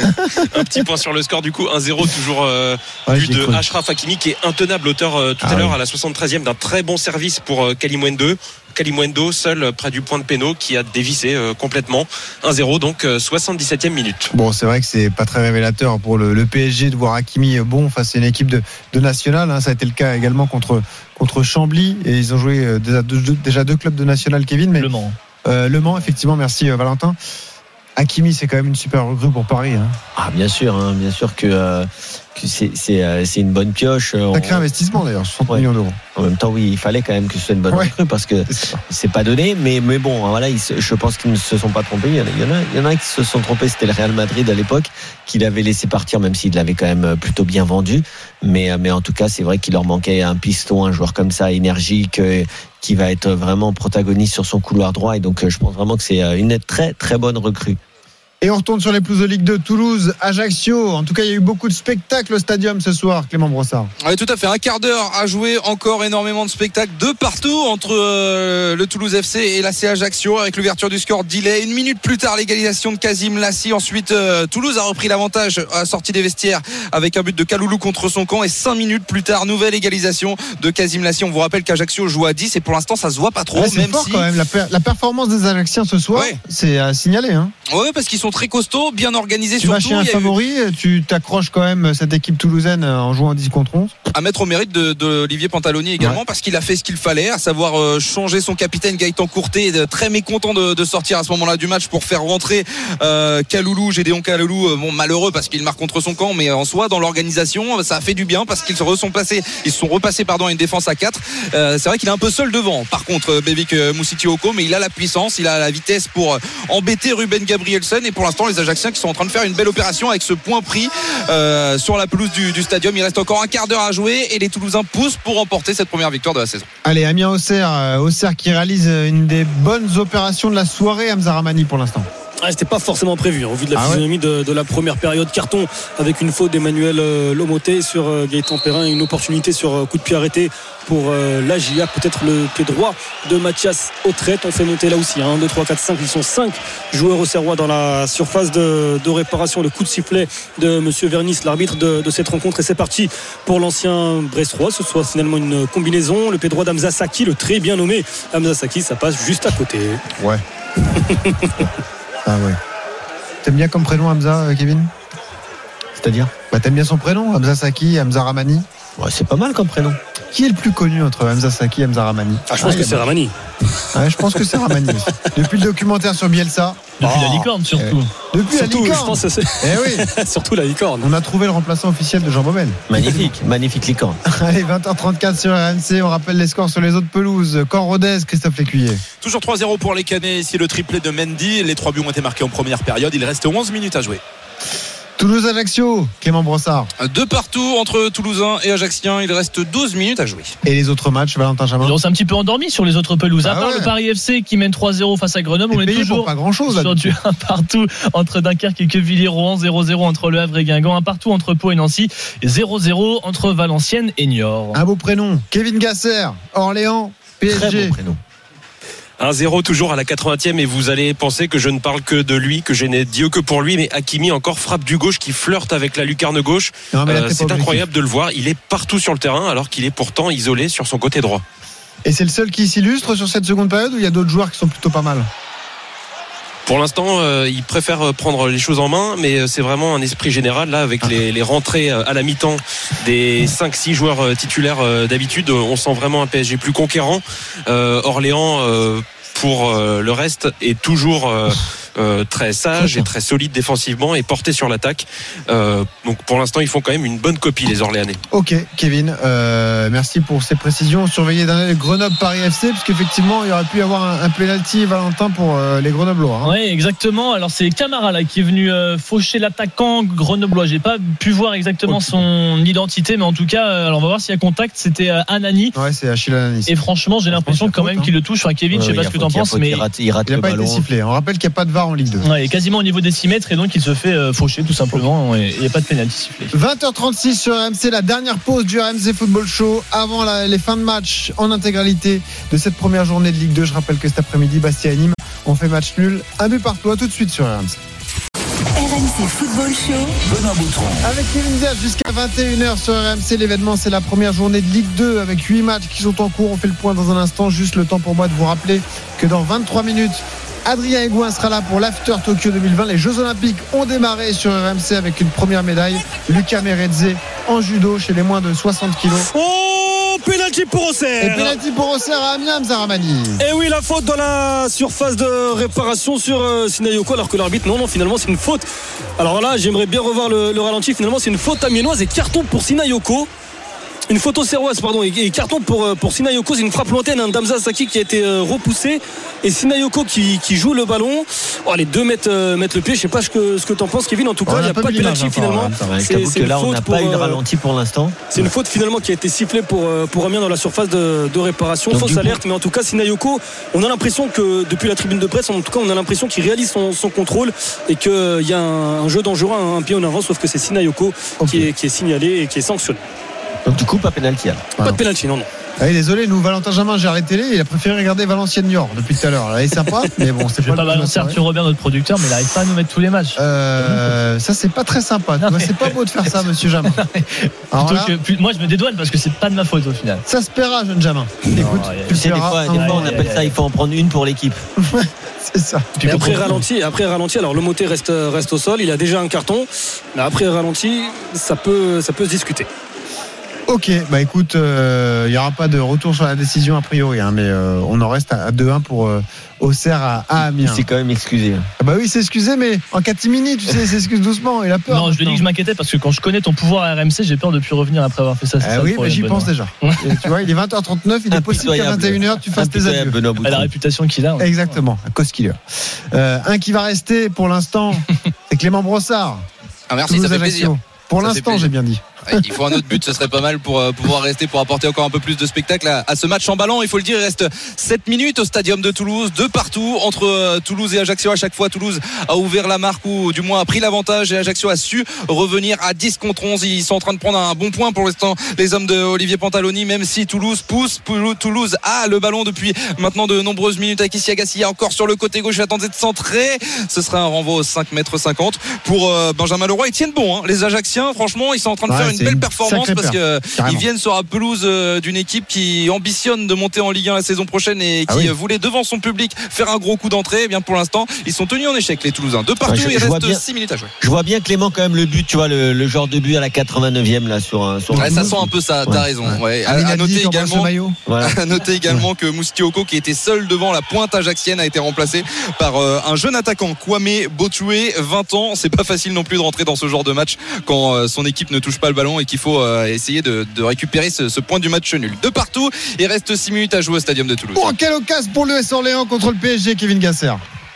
un petit point sur le score du coup, un zéro toujours euh, ouais, but de cru. Achraf Hakimi qui est intenable, auteur euh, tout ah, à l'heure oui. à la soixante-treizième d'un très bon service pour euh, Kalimwendo. Kalimwendo seul près du point de péno qui a dévissé euh, complètement. un zéro donc euh, soixante-dix-septième minute. Bon, c'est vrai que c'est pas très révélateur pour le, le P S G de voir Hakimi bon face à une équipe de, de nationale. Hein. Ça a été le cas également contre, contre Chambly et ils ont joué déjà deux, déjà deux clubs de national, Kevin. Mais, Le Mans. Euh, Le Mans, effectivement, merci Valentin. Hakimi, c'est quand même une super recrue pour Paris. Hein. Ah, bien sûr, hein, bien sûr que, euh, que c'est, c'est, euh, c'est une bonne pioche. Sacré on... investissement d'ailleurs, soixante ouais. millions d'euros. En même temps, oui, il fallait quand même que ce soit une bonne ouais. recrue parce que c'est, c'est pas donné. Mais, mais bon, voilà, ils, je pense qu'ils ne se sont pas trompés. Il y en a, il y en a, il y en a qui se sont trompés. C'était le Real Madrid à l'époque qui l'avait laissé partir, même s'il l'avait quand même plutôt bien vendu. Mais, mais en tout cas, c'est vrai qu'il leur manquait un piston, un joueur comme ça, énergique, qui va être vraiment protagoniste sur son couloir droit. Et donc, je pense vraiment que c'est une très, très bonne recrue. Et on retourne sur les pelouses de Ligue deux, Toulouse, Ajaccio. En tout cas, il y a eu beaucoup de spectacles au stadium ce soir, Clément Brossard. Oui, tout à fait. Un quart d'heure à jouer, encore énormément de spectacles de partout entre euh, le Toulouse F C et l'A C Ajaccio avec l'ouverture du score d'Illet. Une minute plus tard, l'égalisation de Kazim Lassi. Ensuite, euh, Toulouse a repris l'avantage à la sortie des vestiaires avec un but de Kaloulou contre son camp. Et cinq minutes plus tard, nouvelle égalisation de Kazim Lassi. On vous rappelle qu'Ajaccio joue à dix et pour l'instant, ça se voit pas trop. Ouais, c'est même fort si... quand même. La, per- la performance des Ajacciens ce soir, ouais. c'est à signaler. Hein. Oui, parce qu'ils sont très costauds, bien organisés. Tu vas chez un favori, eu... tu t'accroches quand même cette équipe toulousaine en jouant à dix contre onze. À mettre au mérite de, de Olivier Pantaloni également, ouais. parce qu'il a fait ce qu'il fallait, à savoir euh, changer son capitaine Gaëtan Courtet, très mécontent de, de sortir à ce moment-là du match pour faire rentrer euh, Kaloulou, Gédéon Kaloulou, euh, bon, malheureux parce qu'il marque contre son camp, mais en soi dans l'organisation ça a fait du bien parce qu'ils se sont placés, ils se sont repassés pardon à une défense à quatre. Euh, c'est vrai qu'il est un peu seul devant. Par contre, Bébik Moussitioko, mais il a la puissance, il a la vitesse pour embêter Ruben Gabrielsen et pour l'instant les Ajacciens qui sont en train de faire une belle opération avec ce point pris euh, sur la pelouse du, du stadium. Il reste encore un quart d'heure à jouer et les Toulousains poussent pour remporter cette première victoire de la saison. Allez, Amiens Auxerre, euh, Auxerre qui réalise une des bonnes opérations de la soirée, Hamza Ramani pour l'instant. Ah, c'était pas forcément prévu hein, au vu de la ah physionomie ouais. de, de la première période. Carton avec une faute d'Emmanuel euh, Lomoté sur euh, Gaëtan Perrin et une opportunité sur euh, coup de pied arrêté pour euh, l'A J A, peut-être le pied droit de Mathias Autrette. On fait monter là aussi hein, un, deux, trois, quatre, cinq, ils sont cinq joueurs auxerrois dans la surface de, de réparation. Le coup de sifflet de Monsieur Vernis, l'arbitre de, de cette rencontre, et c'est parti pour l'ancien Bressois. Ce soit finalement une combinaison, le pied droit d'Hamza Saki, le très bien nommé Hamza Saki, ça passe juste à côté. Ouais. Ah ouais. T'aimes bien comme prénom Hamza, Kevin ? C'est-à-dire ? Bah t'aimes bien son prénom, Hamza Saki, Hamza Ramani ? Ouais, c'est pas mal comme prénom. Qui est le plus connu entre Hamza Saki et Hamza Ramani? Ah, je pense ah, que c'est Ramani. Ouais, je pense que c'est Ramani aussi. Depuis le documentaire sur Bielsa. Depuis oh, la licorne surtout. Eh, depuis surtout, la licorne. Je pense que c'est... Eh oui. Surtout la licorne. On a trouvé le remplaçant officiel de Jean Baumel. Magnifique, magnifique licorne. Allez, vingt heures trente-quatre sur R M C. On rappelle les scores sur les autres pelouses. Caen-Rodez, Christophe Lécuyer. Toujours trois zéro pour les Canets. Ici le triplé de Mendy. Les trois buts ont été marqués en première période. Il reste onze minutes à jouer. Toulouse-Ajaccio, Clément Brossard. De partout entre Toulousains et Ajacciens. Il reste douze minutes à jouer. Et les autres matchs, Valentin Jamin? On s'est un petit peu endormi sur les autres pelouses. Ah à part ouais. le Paris F C qui mène trois zéro face à Grenoble, et on est toujours pas grand chose, sur du un partout entre Dunkerque et Quevilly-Rouen, zéro zéro entre Le Havre et Guingamp, un partout entre Pau et Nancy, et zéro zéro entre Valenciennes et Niort. Un beau prénom, Kevin Gasser, Orléans, P S G. Très beau prénom. un zéro toujours à la quatre-vingtième et vous allez penser que je ne parle que de lui, que je n'ai Dieu que pour lui, mais Hakimi encore frappe du gauche qui flirte avec la lucarne gauche. Non, euh, c'est incroyable de le voir, il est partout sur le terrain alors qu'il est pourtant isolé sur son côté droit. Et c'est le seul qui s'illustre sur cette seconde période ou il y a d'autres joueurs qui sont plutôt pas mal? Pour l'instant, euh, il préfère prendre les choses en main, mais c'est vraiment un esprit général là avec les, les rentrées à la mi-temps des cinq six joueurs titulaires euh, d'habitude. On sent vraiment un P S G plus conquérant. Euh, Orléans, euh, pour euh, le reste, est toujours euh, euh, très sage et très solide défensivement et porté sur l'attaque. Euh, donc pour l'instant, ils font quand même une bonne copie, les Orléanais. Ok, Kevin, euh, merci pour ces précisions. Surveillez d'un œil Grenoble-Paris F C, puisqu'effectivement, il y aurait pu y avoir un, un penalty, Valentin, pour euh, les Grenoblois. Hein. Oui, exactement. Alors c'est Camara là qui est venu euh, faucher l'attaquant grenoblois. J'ai pas pu voir exactement okay. son identité, mais en tout cas, euh, alors on va voir s'il y a contact. C'était euh, Anani. Ouais, c'est Achille Anani. Et franchement, j'ai l'impression quand même hein. qu'il le touche. Enfin, Kevin, ouais, je sais pas ce que t'en penses, mais il rate, il rate il le pas ballon. été sifflé. On rappelle qu'il n'y a pas de V A R en Ligue deux. Ouais, et quasiment au niveau des six mètres, et donc il se fait euh, faucher tout simplement. Et il n'y a pas de pénalty sifflé. vingt heures trente-six sur R M C, la dernière pause du R M C Football Show avant la, les fins de match en intégralité de cette première journée de Ligue deux. Je rappelle que cet après-midi, Bastia et Nîmes ont fait match nul, un but partout. À tout de suite sur R M C. R M C Football Show, Benoît Boutron. Avec Kevin Diaz jusqu'à vingt et une heures sur R M C. L'événement, c'est la première journée de Ligue deux avec huit matchs qui sont en cours. On fait le point dans un instant. Juste le temps pour moi de vous rappeler que dans vingt-trois minutes, Adrien Aigouin sera là pour l'After Tokyo deux mille vingt. Les Jeux Olympiques ont démarré sur R M C avec une première médaille. Lucas Meredze en judo chez les moins de soixante kilos. Oh, pénalty pour Auxerre. Et pénalty pour Auxerre à Amiens, Zaramani. Et oui, la faute dans la surface de réparation sur euh, Sinayoko, alors que l'arbitre, non, non, finalement, c'est une faute. Alors là, j'aimerais bien revoir le, le ralenti. Finalement, c'est une faute amiénoise et carton pour Sinayoko. Une photo serroise, pardon, et, et carton pour, pour Sinayoko. C'est une frappe lointaine, un Damza Saki qui a été euh, repoussé. Et Sinayoko qui, qui joue le ballon. Oh, les deux mettent, euh, mettent le pied. Je sais pas ce que, ce que t'en penses, Kevin. En tout cas, il n'y a pas, pas de pénalty finalement. C'est, c'est que là, on n'a pas eu de ralenti pour l'instant. C'est une faute finalement qui a été sifflée pour, pour Amiens dans la surface de, de réparation. Donc, fausse alerte, coup... mais en tout cas, Sinayoko, on a l'impression que depuis la tribune de presse, en tout cas, on a l'impression qu'il réalise son, son contrôle et qu'il euh, y a un, un jeu dangereux, un, un pied en avant, sauf que c'est Sinayoko okay. qui, est, qui est signalé et qui est sanctionné. Donc du coup pas pénalty. Pas de pénalty, non non. Allez, désolé, nous Valentin Jamin j'ai arrêté télé, il a préféré regarder Valenciennes Niort depuis tout à l'heure. Là, il est sympa, mais bon, c'est je pas. Je vais pas balancer Arthur Robert, notre producteur, mais il n'arrive pas à nous mettre tous les matchs. Euh, ça c'est pas très sympa. Non, mais... C'est pas beau de faire ça, Monsieur Jamin. Alors là, que, moi je me dédouane parce que c'est pas de ma faute au final. Ça se paiera, jeune Jamin. Écoute, non, tu sais, des fois, des fois on appelle ça, il faut en prendre une pour l'équipe. C'est ça. Et après ralenti, après ralenti, alors le moté reste reste au sol, il a déjà un carton, mais après ralenti, ça peut ça peut se discuter. Ok, bah écoute, il euh, n'y aura pas de retour sur la décision a priori, hein, mais euh, on en reste à deux un pour euh, Auxerre à, à Amiens. Il s'est quand même excusé. Ah bah oui, c'est excusé, mais en catimini, tu sais, il s'excuse doucement, il a peur. Non, je lui ai dit que je m'inquiétais parce que quand je connais ton pouvoir à R M C, j'ai peur de plus revenir après avoir fait ça. Ah ça oui, mais j'y pense déjà. Tu vois, il est vingt heures trente-neuf, il est possible qu'à vingt et une heures tu fasses tes adieux. À la réputation qu'il a. Ouais. Exactement, un cos-killer. Euh, un qui va rester pour l'instant, c'est Clément Brossard. Ah merci, ça fait plaisir. Pour ça l'instant, j'ai bien dit. Il faut un autre but, ce serait pas mal pour euh, pouvoir rester, pour apporter encore un peu plus de spectacle à, à ce match en ballon. Il faut le dire, il reste sept minutes au stadium de Toulouse, de partout entre euh, Toulouse et Ajaccio. À chaque fois, Toulouse a ouvert la marque ou du moins a pris l'avantage et Ajaccio a su revenir à dix contre onze. Ils sont en train de prendre un bon point pour l'instant, les hommes de Olivier Pantaloni, même si Toulouse pousse. Toulouse a le ballon depuis maintenant de nombreuses minutes avec Issi Agassi encore sur le côté gauche. Il va tenter de centrer. Ce sera un renvoi aux cinq mètres cinquante pour euh, Benjamin Leroy. Ils tiennent bon, hein. Les Ajacciens, franchement, ils sont en train de ouais, faire une belle performance parce qu'ils viennent sur la pelouse d'une équipe qui ambitionne de monter en Ligue un la saison prochaine et qui ah oui. voulait devant son public faire un gros coup d'entrée. Eh bien pour l'instant, ils sont tenus en échec les Toulousains. De partout, ouais, je, il reste bien, six minutes à jouer. Je vois bien Clément quand même le but, tu vois le, le genre de but à la quatre-vingt-neuvième là sur un. Sur ouais, ça sent un peu ça. T'as ouais. raison. Ouais. À, à noter également, voilà. à noter également que Moustioko, qui était seul devant la pointe ajaxienne, a été remplacé par euh, un jeune attaquant, Kwame Botoué, vingt ans. C'est pas facile non plus de rentrer dans ce genre de match quand euh, son équipe ne touche pas le ballon et qu'il faut euh, essayer de, de récupérer ce, ce point du match nul. De partout, il reste six minutes à jouer au Stadium de Toulouse. Oh, quelle occasion pour l'U S Orléans contre le P S G, Kevin Gasser.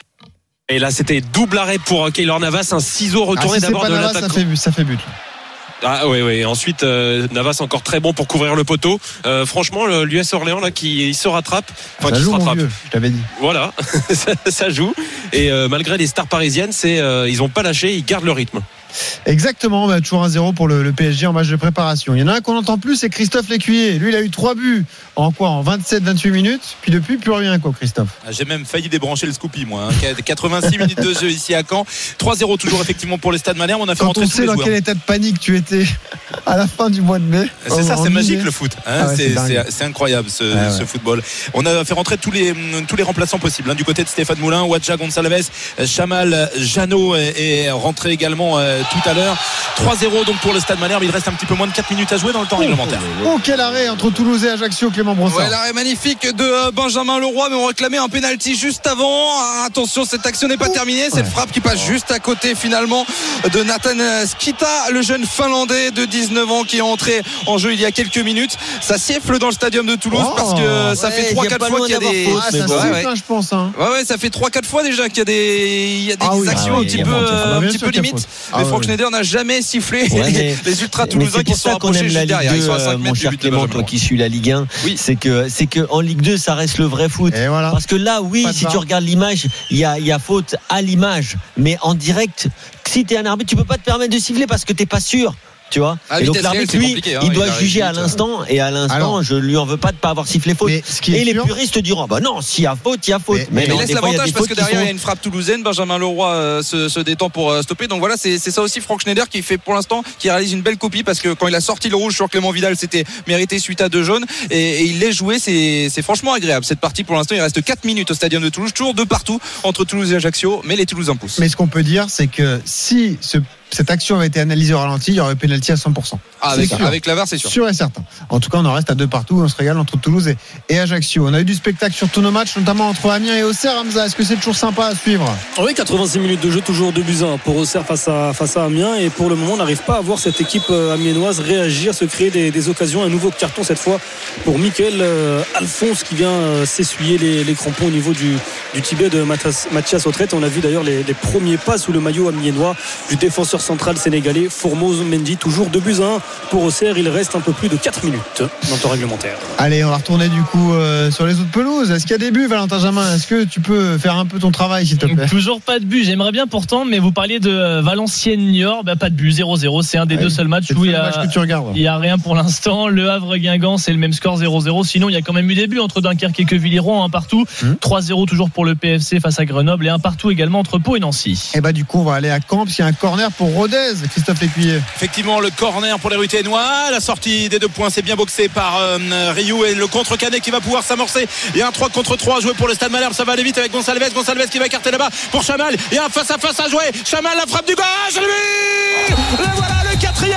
Et là, c'était double arret pour Keylor Navas, un ciseau retourné ah, si d'abord de Navas, l'attaquant. Ça fait, ça fait but. Ah oui, oui. Ensuite, euh, Navas encore très bon pour couvrir le poteau. Euh, franchement, l'U S Orléans là, qui il se rattrape, enfin ça qui joue, se rattrape. Mon vieux, je t'avais dit. Voilà, ça, ça joue. Et euh, malgré les stars parisiennes, c'est euh, ils ont pas lâché, ils gardent le rythme. Exactement, bah, toujours un zéro pour le, le P S G en match de préparation. Il y en a un qu'on n'entend plus, c'est Christophe Lécuyer. Lui, il a eu trois buts en quoi En vingt-sept vingt-huit minutes. Puis depuis, plus rien, quoi, Christophe. J'ai même failli débrancher le Scoopy, moi. Hein. quatre-vingt-six minutes de jeu ici à Caen. trois zéro toujours, effectivement, pour le Stade Malherbe. On a fait Quand rentrer on tous sait les dans joueurs. quel état de panique tu étais à la fin du mois de mai. C'est ça, c'est magique mai. le foot. Hein. Ah ouais, c'est, c'est, c'est, c'est incroyable ce, ah ouais. ce football. On a fait rentrer tous les, tous les remplaçants possibles. Hein. Du côté de Stéphane Moulin, Wadja Gonçalves, Chamal Jeannot est, est rentré également euh, tout à l'heure. trois zéro donc pour le Stade Malherbe. Il reste un petit peu moins de quatre minutes à jouer dans le temps oh, réglementaire. Oh, quel arrêt entre Toulouse et Ajaccio, Clément Brossard. Ouais, l'arrêt magnifique de Benjamin Leroy, mais on réclamait un pénalty juste avant. Attention, cette action n'est pas oh. terminée. Cette ouais. frappe qui passe oh. juste à côté finalement de Nathan Skita, le jeune Finlandais de dix-neuf ans qui est entré en jeu il y a quelques minutes. Ça siffle dans le Stadium de Toulouse oh. parce que ça ouais, fait trois quatre fois qu'il y a des faute, ah, ça siffle, ouais, ouais. je pense hein. ouais ouais ça fait trois quatre fois déjà qu'il y a des il y a des ah, oui. actions ah, oui, un petit peu un petit peu limite. Mais Franck Schneider n'a jamais sifflé. Ouais, les ultras toulousains qui sont approchés juste derrière. Ils sont à cinq mètres. Mon cher Clément, toi qui suis la Ligue un, oui. c'est que c'est que en Ligue deux ça reste le vrai foot. Voilà. Parce que là, oui, si tu regardes l'image, il y a il y a faute à l'image, mais en direct, si t'es un arbitre, tu peux pas te permettre de siffler parce que t'es pas sûr. Tu vois ah, et donc l'arbitre lui hein, il doit il juger à l'instant et à l'instant alors, je lui en veux pas de pas avoir sifflé faute et les sûr, puristes diront bah non s'il y a faute il y a faute mais, mais, mais non, laisse l'avantage parce que derrière il y a une frappe toulousaine. Benjamin Leroy euh, se, se détend pour euh, stopper donc voilà c'est, c'est ça aussi Franck Schneider qui fait pour l'instant qui réalise une belle copie parce que quand il a sorti le rouge sur Clément Vidal c'était mérité suite à deux jaunes et, et il l'a joué c'est, c'est franchement agréable cette partie pour l'instant. Il reste quatre minutes au Stadium de Toulouse, toujours de partout entre Toulouse et Ajaccio, mais les Toulousains poussent. Mais ce qu'on peut dire c'est que si ce cette action avait été analysée au ralenti, il y aurait pénalty à cent pour cent. Ah, avec, avec la V A R, c'est sûr. Sûr et certain. En tout cas, on en reste à deux partout. On se régale entre Toulouse et, et Ajaccio. On a eu du spectacle sur tous nos matchs, notamment entre Amiens et Auxerre. Hamza, est-ce que c'est toujours sympa à suivre ? Oui, quatre-vingt-six minutes de jeu, toujours deux buts à un pour Auxerre face à, face à Amiens. Et pour le moment, on n'arrive pas à voir cette équipe amiénoise réagir, se créer des, des occasions. Un nouveau carton cette fois pour Mickaël euh, Alphonse qui vient euh, s'essuyer les, les crampons au niveau du, du tibet de Mathias Autrette. On a vu d'ailleurs les, les premiers pas sous le maillot amiénois du défenseur central sénégalais Formose Mendy. Toujours deux buts à un pour Auxerre. Il reste un peu plus de quatre minutes dans le temps réglementaire. Allez, on va retourner du coup euh, sur les autres pelouses. Est-ce qu'il y a des buts, Valentin Jamin ? Est-ce que tu peux faire un peu ton travail, s'il te plaît ? Toujours pas de but. J'aimerais bien pourtant, mais vous parliez de Valenciennes-Niort. Bah, pas de but, zéro zéro. C'est un des ouais, deux seuls matchs où il y a, il y a rien pour l'instant. Le Havre-Guingamp, c'est le même score, zéro zéro. Sinon, il y a quand même eu des buts entre Dunkerque et Quevilly-Rouen, un partout. Hum. trois zéro toujours pour le P F C face à Grenoble et un partout également entre Pau et Nancy. Et bah, du coup, on va aller à Caen, parce qu'il y a un corner pour Rodez. Christophe Lécuyer. Effectivement, le corner pour les Ruténois. La sortie des deux points, c'est bien boxé par euh, Rioux et le contre Canet qui va pouvoir s'amorcer. Il y a un trois contre trois joué pour le Stade Malherbe. Ça va aller vite avec Gonçalves. Gonçalves qui va écarter là-bas pour Chamal. Il y a un face à face à jouer. Chamal, la frappe du gauche. Lui le voilà, le quatrième.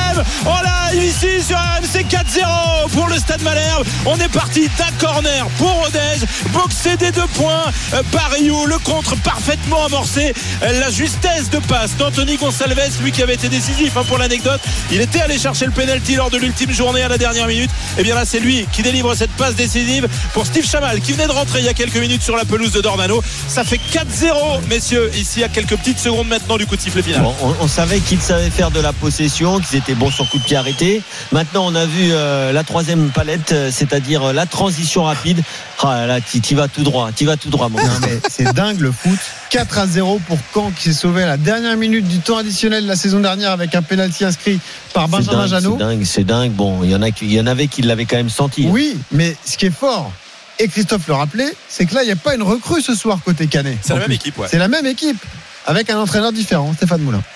Oh là, ici sur R M C quatre zéro pour le Stade Malherbe. On est parti d'un corner pour Rodez. Boxé des deux points euh, par Rioux. Le contre parfaitement amorcé. Euh, la justesse de passe d'Anthony Gonçalves, lui qui avait été décisif hein, pour l'anecdote. Il était allé chercher le penalty lors de l'ultime journée à la dernière minute. Et bien là, c'est lui qui délivre cette passe décisive pour Steve Chamal qui venait de rentrer il y a quelques minutes sur la pelouse de Dornano. Ça fait quatre zéro, messieurs, ici à quelques petites secondes maintenant du coup de sifflet final. Bon, on, on savait qu'ils savaient faire de la possession, qu'ils étaient bons sur coup de pied arrêté. Maintenant, on a vu euh, la troisième palette, euh, c'est-à-dire euh, la transition rapide. Ah là, tu vas tout droit, tu vas tout droit, mon gars. C'est dingue le foot. quatre à zéro pour Caen qui s'est sauvé à la dernière minute du temps additionnel de la saison dernière avec un pénalty inscrit par Benjamin Jeannot. C'est dingue, c'est dingue. Bon, il y en a qui, il y en avait qui l'avaient quand même senti. Oui, mais ce qui est fort, et Christophe le rappelait, c'est que là, il n'y a pas une recrue ce soir côté Canet. C'est la même équipe, ouais. C'est la même équipe avec un entraîneur différent, Stéphane Moulin. Voilà.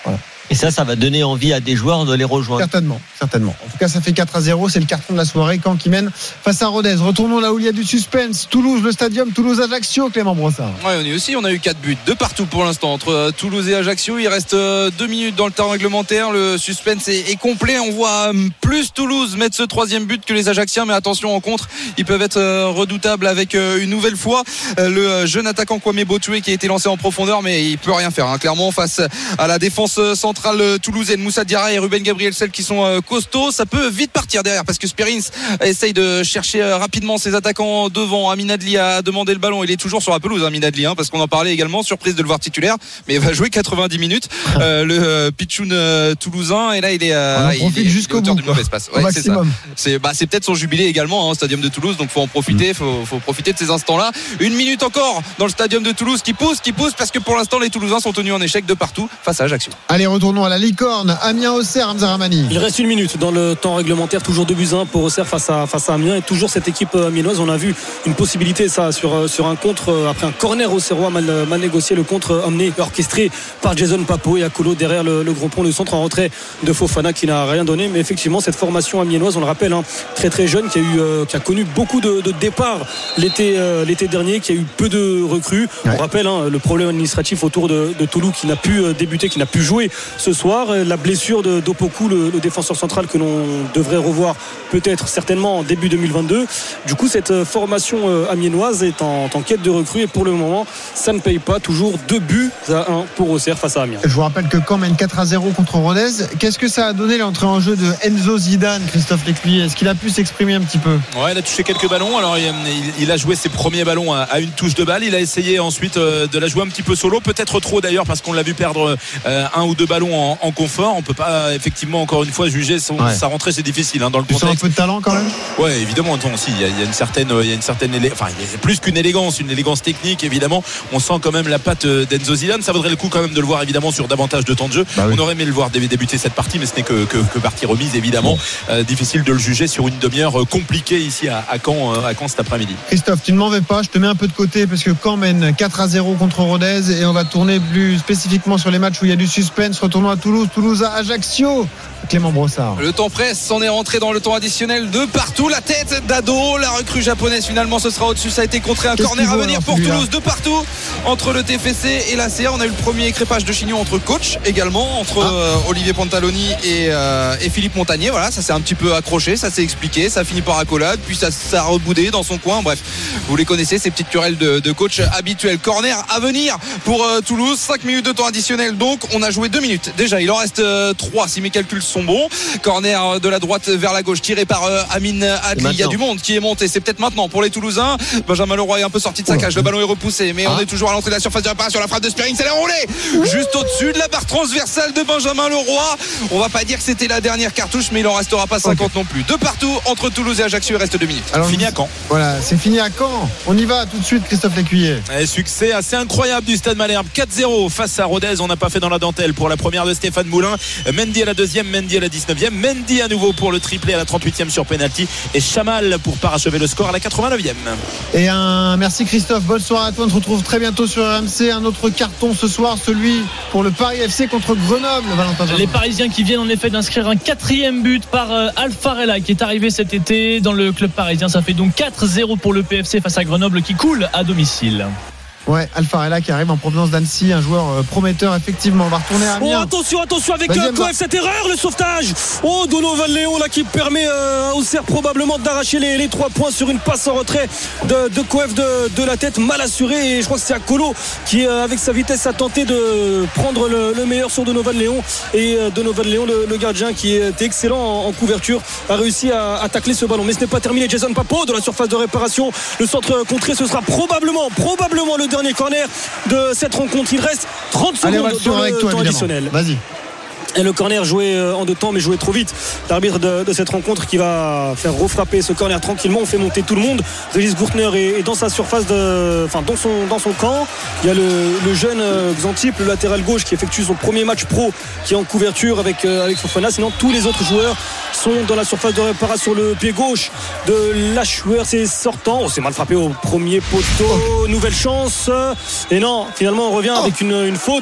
Et ça, ça va donner envie à des joueurs de les rejoindre. Certainement, certainement. En tout cas, ça fait quatre à zéro. C'est le carton de la soirée. Caen qui mène face à Rodez. Retournons là où il y a du suspense. Toulouse, le stadium Toulouse-Ajaccio, Clément Brossard. Ouais, on y est aussi. On a eu quatre buts de partout pour l'instant entre Toulouse et Ajaccio. Il reste deux minutes dans le temps réglementaire. Le suspense est, est complet. On voit plus Toulouse mettre ce troisième but que les Ajacciens. Mais attention, en contre, ils peuvent être redoutables avec une nouvelle fois le jeune attaquant Kwame Botoué qui a été lancé en profondeur, mais il peut rien faire. Hein. Clairement, face à la défense centrale toulousaine, Moussa Diarra et Ruben Gabriel-Sel qui sont costauds, ça peut vite partir derrière parce que Spirins essaye de chercher rapidement ses attaquants devant. Amin Adli a demandé le ballon, il est toujours sur la pelouse, Amin Adli, hein, parce qu'on en parlait également, surprise de le voir titulaire, mais il va jouer quatre-vingt-dix minutes. euh, le euh, Pichoun euh, toulousain, et là il est, euh, il est, jusqu'au il est auteur bout, du mauvais passe. Ouais, c'est ça. C'est, bah, c'est peut-être son jubilé également, hein, stadium de Toulouse, donc faut en profiter, faut, faut profiter de ces instants-là. Une minute encore dans le stadium de Toulouse qui pousse, qui pousse, parce que pour l'instant les Toulousains sont tenus en échec de partout face à Ajaccio. Allez, retournons à la licorne. Amiens-Auxerre, Hamza Ramani. Il reste une minute dans le temps réglementaire, toujours deux buts à un pour Auxerre face à, face à Amiens, et toujours cette équipe amiennoise. On a vu une possibilité ça sur, sur un contre, après un corner auxerrois mal, mal négocié, le contre emmené, orchestré par Jason Papo et Akolo derrière le, le gros pont, le centre en retrait de Fofana qui n'a rien donné. Mais effectivement, cette formation amiennoise, on le rappelle, hein, très très jeune, qui a, eu, euh, qui a connu beaucoup de, de départs l'été, euh, l'été dernier, qui a eu peu de recrues. Ouais. On rappelle hein, le problème administratif autour de, de Toulouse qui n'a pu débuter, qui n'a pu jouer ce soir, la blessure de d'Opoku, le, le défenseur central que l'on devrait revoir peut-être certainement en début deux mille vingt-deux. Du coup, cette formation euh, amiennoise est en, en quête de recrues, et pour le moment ça ne paye pas. Toujours deux buts à un pour Auxerre face à Amiens. Je vous rappelle que Caen mène quatre à zéro contre Rodez. Qu'est-ce que ça a donné l'entrée en jeu de Enzo Zidane, Christophe Lécuyer? Est-ce qu'il a pu s'exprimer un petit peu? Ouais, il a touché quelques ballons. Alors il, il a joué ses premiers ballons à, à une touche de balle. Il a essayé ensuite euh, de la jouer un petit peu solo, peut-être trop d'ailleurs, parce qu'on l'a vu perdre euh, un ou deux ballons en, en confort. On peut pas effectivement encore une fois juger son, ouais. sa rentrée, c'est difficile hein, dans le contexte. Tu sens un peu de talent quand même? Ouais, évidemment. Aussi, il y, a, il y a une certaine, il y a une certaine, enfin, il y a plus qu'une élégance, une élégance technique évidemment. On sent quand même la patte d'Enzo Zidane. Ça vaudrait le coup quand même de le voir évidemment sur davantage de temps de jeu. Bah oui. On aurait aimé le voir débuter cette partie, mais ce n'est que, que, que partie remise évidemment. Bon. Euh, difficile de le juger sur une demi-heure compliquée ici à, à Caen, à Caen cet après-midi. Christophe, tu ne m'en veux pas, je te mets un peu de côté parce que Caen mène quatre à zéro contre Rodez, et on va tourner plus spécifiquement sur les matchs où il y a du suspense. Retournons à Toulouse, Toulouse à Ajaccio. Clément Brossard. Le temps presse, on est rentré dans le temps additionnel de partout. La tête d'Ado, la recrue japonaise, finalement ce sera au-dessus. Ça a été contré, un Qu'est-ce corner à venir pour Toulouse de partout entre le T F C et l'A C A. On a eu le premier crépage de chignon entre coach également, entre ah. euh, Olivier Pantaloni et, euh, et Philippe Montagnier. Voilà, ça s'est un petit peu accroché, ça s'est expliqué, ça a fini par accolade, puis ça, ça a reboudé dans son coin. Bref, vous les connaissez, ces petites querelles de, de coach habituelles. Corner à venir pour euh, Toulouse, cinq minutes de temps additionnel, donc on a joué deux minutes déjà, il en reste euh, trois si mes calculs sont bon. Corner de la droite vers la gauche tiré par euh, Amin Adli. Il y a du monde qui est monté, c'est peut-être maintenant pour les Toulousains. Benjamin Leroy est un peu sorti de sa cage, le ballon est repoussé, mais ah. on est toujours à l'entrée de la surface de réparation. La frappe de Spirings, elle est enroulée juste au-dessus de la barre transversale de Benjamin Leroy. On va pas dire que c'était la dernière cartouche, mais il en restera pas cinquante okay. non plus. De partout entre Toulouse et Ajaccio, il reste deux minutes. Alors fini à Caen. Voilà, c'est fini à Caen. On y va tout de suite, Christophe Lécuyer. Et succès assez incroyable du Stade Malherbe, quatre zéro face à Rodez. On n'a pas fait dans la dentelle pour la première de Stéphane Moulin. Mendy à la deuxième, Mendy à la dix-neuvième, Mendy à nouveau pour le triplé à la trente-huitième sur penalty, et Chamal pour parachever le score à la quatre-vingt-neuvième. Et un merci Christophe, bonne soirée à toi. On se retrouve très bientôt sur R M C. Un autre carton ce soir, celui pour le Paris F C contre Grenoble. Valentin Les Parisiens qui viennent en effet d'inscrire un quatrième but par euh, Alfarella qui est arrivé cet été dans le club parisien. Ça fait donc quatre zéro pour le P F C face à Grenoble qui coule à domicile. Ouais, Alfarella qui arrive en provenance d'Annecy, un joueur prometteur effectivement. On va retourner à Amiens. Oh attention, attention avec euh, Coef, cette erreur, le sauvetage. Oh, Donovan Léon là qui permet euh, à Auxerre probablement d'arracher les, les trois points sur une passe en retrait de, de Coef de, de la tête, mal assuré. Et je crois que c'est Akolo qui euh, avec sa vitesse a tenté de prendre le, le meilleur sur Donovan Léon. Et euh, Donovan Léon, le, le gardien qui était excellent en, en couverture, a réussi à, à tacler ce ballon. Mais ce n'est pas terminé. Jason Papo de la surface de réparation, le centre contré, ce sera probablement, probablement le dernier corner de cette rencontre. Il reste trente secondes. Allez, on va dans le toi, temps additionnel. Vas-y. Et le corner joué en deux temps, mais joué trop vite. L'arbitre de, de cette rencontre qui va faire refrapper ce corner tranquillement. On fait monter tout le monde. Régis Gourtner est, est dans sa surface, de, enfin dans son, dans son camp. Il y a le, le jeune Xantip, le latéral gauche, qui effectue son premier match pro, qui est en couverture avec, avec Fofana. Sinon, tous les autres joueurs sont dans la surface de réparation. Le pied gauche de Lachoueur, c'est sortant. Oh, c'est mal frappé au premier poteau. Nouvelle chance. Et non, finalement, on revient avec une, une faute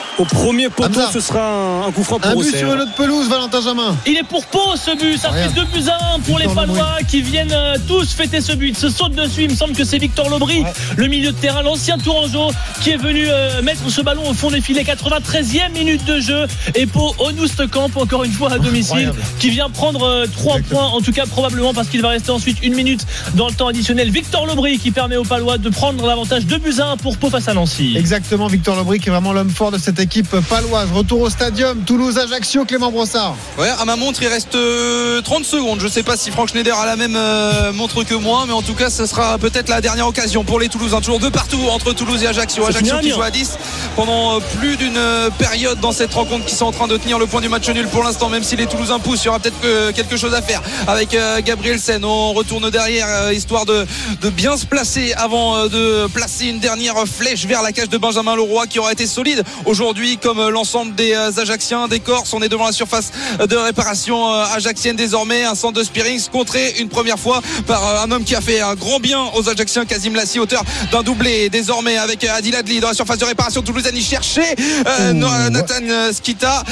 Au premier poteau, Hamza. ce sera un, un coup franc pour Un but Auxerre. sur une autre pelouse, Valentin Jamin. Il est pour Pau ce but, ça Regarde. fait deux buts à un pour Victor les Palois qui viennent euh, tous fêter ce but. Ils se sautent dessus, il me semble que c'est Victor Lobry, Ouais. le milieu de terrain, l'ancien Tourangeau, qui est venu euh, mettre ce ballon au fond des filets. quatre-vingt-treizième minute de jeu et Pau Onoustkamp encore une fois à domicile, Incroyable. qui vient prendre euh, trois Exactement. points, en tout cas probablement parce qu'il va rester ensuite une minute dans le temps additionnel. Victor Lobry qui permet aux Palois de prendre l'avantage deux buts à un pour Pau face à Nancy. Exactement, Victor Lobry qui est vraiment l'homme fort de cette équipe paloise. Retour au stadium, Toulouse-Ajaccio, Clément Brossard. Ouais, à ma montre, il reste euh, trente secondes. Je sais pas si Franck Schneider a la même euh, montre que moi, mais en tout cas, ce sera peut-être la dernière occasion pour les Toulousains. Toujours de partout entre Toulouse et Ajaccio. Ça Ajaccio finit qui à joue à dix pendant euh, plus d'une euh, période dans cette rencontre, qui sont en train de tenir le point du match nul pour l'instant, même si les Toulousains poussent. Il y aura peut-être que quelque chose à faire avec euh, Gabriel Sen. On retourne derrière, euh, histoire de, de bien se placer avant euh, de placer une dernière flèche vers la cage de Benjamin Leroy, qui aura été solide aujourd'hui, comme euh, l'ensemble des euh, Ajacciens, des Corses. On est devant la surface de réparation euh, ajaxienne désormais. Un centre de Spearings contré une première fois par euh, un homme qui a fait un grand bien aux Ajacciens, Kazim Lassi, auteur d'un doublé désormais avec euh, Adil Adli dans la surface de réparation toulousaine. Il cherchait euh, Ouh, Nathan euh, Skita,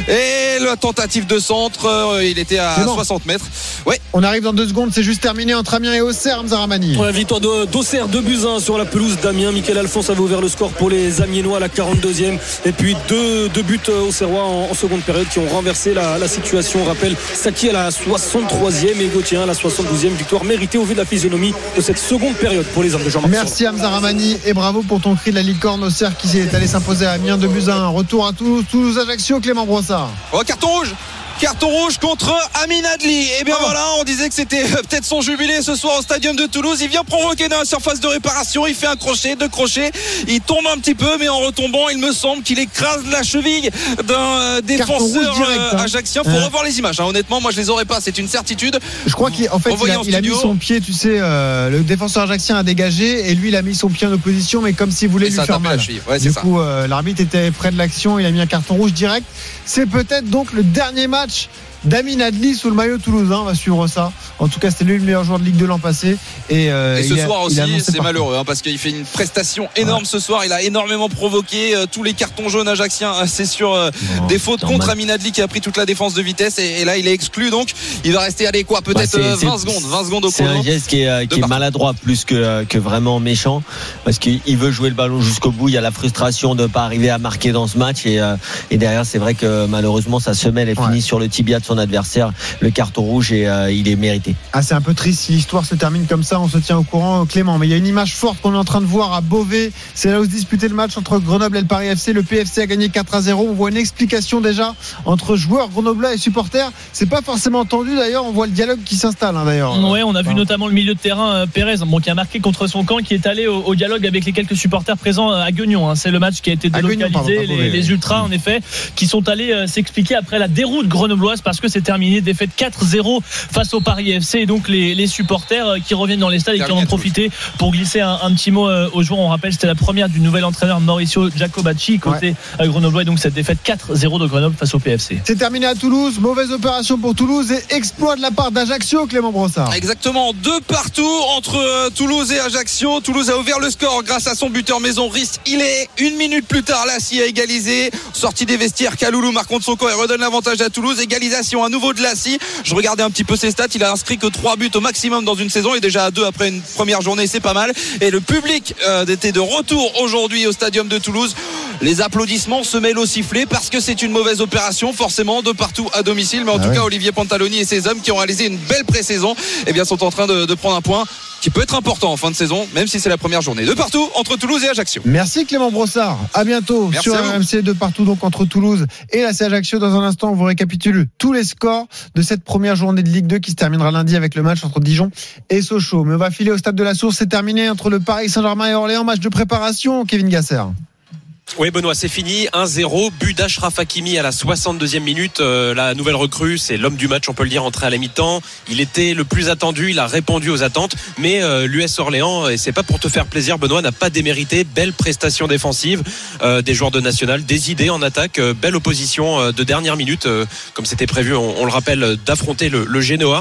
et la tentative de centre, euh, il était à C'est bon. soixante mètres. Ouais, On arrive dans deux secondes, c'est juste terminé entre Amiens et Auxerre, Hamza Ramani. Ouais, victoire de- d'Auxerre, deux buts à un sur la pelouse d'Amiens. Michael Alphonse avait ouvert le score pour les Amiénois à la quarante-deuxième. Et puis deux, deux buts euh, auxerrois en, en seconde période qui ont renversé la, la situation. On rappelle Saki à la soixante-troisième et Gauthier à la soixante-douzième. Victoire méritée au vu de la physionomie de cette seconde période pour les hommes de Jean-Marc. Merci Hamza Ramani et bravo pour ton cri de la licorne. Auxerre qui s'est allé s'imposer à Amiens, deux buts à un. Retour à Toulouse, Toulouse-Ajaccio, Clément Brossard. oh, carton rouge. Carton rouge contre Amin Adli. Et bien Oh. voilà, on disait que c'était euh, peut-être son jubilé ce soir au stadium de Toulouse. Il vient provoquer dans la surface de réparation. Il fait un crochet, deux crochets. Il tombe un petit peu, mais en retombant, il me semble qu'il écrase la cheville d'un euh, défenseur rouge direct, euh, hein. ajaxien. Faut Ouais. revoir les images, hein. Honnêtement, moi je les aurais pas. C'est une certitude. Je crois qu'en fait, On il voyait a, en il a mis studio. son pied, tu sais, euh, le défenseur ajaxien a dégagé et lui, il a mis son pied en opposition, mais comme s'il voulait Et lui ça a faire tapé mal. la cheville. Ouais, c'est Du ça. coup, euh, l'arbitre était près de l'action, il a mis un carton rouge direct. C'est peut-être donc le dernier match d'Amin Adli sous le maillot toulousain. On va suivre ça. En tout cas, c'était lui le meilleur joueur de Ligue deux l'an passé. Et, euh, Et ce il a- soir il aussi, a annoncé c'est partant. malheureux, hein, parce qu'il fait une prestation énorme ce soir. Il a énormément provoqué euh, tous les cartons jaunes ajaxiens. euh, C'est sur euh, Non, des fautes normal. contre Amin Adli, qui a pris toute la défense de vitesse. Et, et là, il est exclu. Donc, il va rester, allez, quoi, peut-être Bah, c'est- euh, vingt c'est- secondes. vingt secondes au C'est un chrono. geste qui est, euh, qui est partout. maladroit plus que, euh, que vraiment méchant, parce qu'il il veut jouer le ballon jusqu'au bout. Il y a la frustration de ne pas arriver à marquer dans ce match, et, euh, et derrière c'est vrai que malheureusement sa semelle est Ouais. finie sur le tibia de son adversaire, le carton rouge, et euh, il est mérité. Ah, c'est un peu triste si l'histoire se termine comme ça. On se tient au courant, Clément. Mais il y a une image forte qu'on est en train de voir à Beauvais. C'est là où se disputait le match entre Grenoble et le Paris F C. Le P F C a gagné quatre à zéro. On voit une explication déjà entre joueurs grenoblois et supporters. C'est pas forcément entendu d'ailleurs. On voit le dialogue qui s'installe, hein, d'ailleurs. Ouais, on a vu Enfin, notamment le milieu de terrain euh, Pérez, bon, qui a marqué contre son camp, qui est allé au, au dialogue avec les quelques supporters présents euh, à Guignon. Hein. C'est le match qui a été À Guignon, pardon, délocalisé. pas les, mauvais. les ultras, en effet, qui sont allés euh, s'expliquer après la déroute grenobloise, parce que c'est terminé, défaite quatre zéro face au Paris F C. Et donc les, les supporters euh, qui reviennent dans les stades et qui en ont profité pour glisser un, un petit mot euh, aux joueurs. On rappelle, c'était la première du nouvel entraîneur Mauricio Giacobacci côté euh, grenoblois. Et donc cette défaite quatre zéro de Grenoble face au P F C. C'est terminé à Toulouse. Mauvaise opération pour Toulouse et exploit de la part d'Ajaccio, Clément Brossard. Exactement, deux partout entre euh, Toulouse et Ajaccio. Toulouse a ouvert le score grâce à son buteur maison Rhys. Il est une minute plus tard, Lassi a égalisé. Sortie des vestiaires, Kaloulou marque contre son camp et redonne l'avantage à Toulouse. Égalisation à nouveau de Lassi. Je regardais un petit peu ses stats. Il a inscrit que trois buts au maximum dans une saison. Il est déjà à deux après une première journée, c'est pas mal. Et le public euh, était de retour aujourd'hui au stadium de Toulouse. Les applaudissements se mêlent au sifflet parce que c'est une mauvaise opération, forcément, de partout à domicile. Mais en Ah tout ouais. cas, Olivier Pantaloni et ses hommes qui ont réalisé une belle pré-saison, eh bien, sont en train de, de prendre un point qui peut être important en fin de saison, même si c'est la première journée. De partout entre Toulouse et Ajaccio. Merci Clément Brossard. À bientôt Merci sur à vous. R M C de partout, donc entre Toulouse et la C Ajaccio. Dans un instant, on vous récapitule tous les scores de cette première journée de Ligue deux qui se terminera lundi avec le match entre Dijon et Sochaux. Mais on va filer au stade de la Source. C'est terminé entre le Paris Saint-Germain et Orléans. Match de préparation, Kevin Gasser. Oui, Benoît, c'est fini. un zéro, but d'Achraf Hakimi à la soixante-deuxième minute. Euh, la nouvelle recrue, c'est l'homme du match, on peut le dire, entré à la mi-temps. Il était le plus attendu, il a répondu aux attentes. Mais euh, l'U S Orléans, et c'est pas pour te faire plaisir, Benoît, n'a pas démérité. Belle prestation défensive euh, des joueurs de National, des idées en attaque, euh, belle opposition euh, de dernière minute, euh, comme c'était prévu, on, on le rappelle, d'affronter le, le Genoa.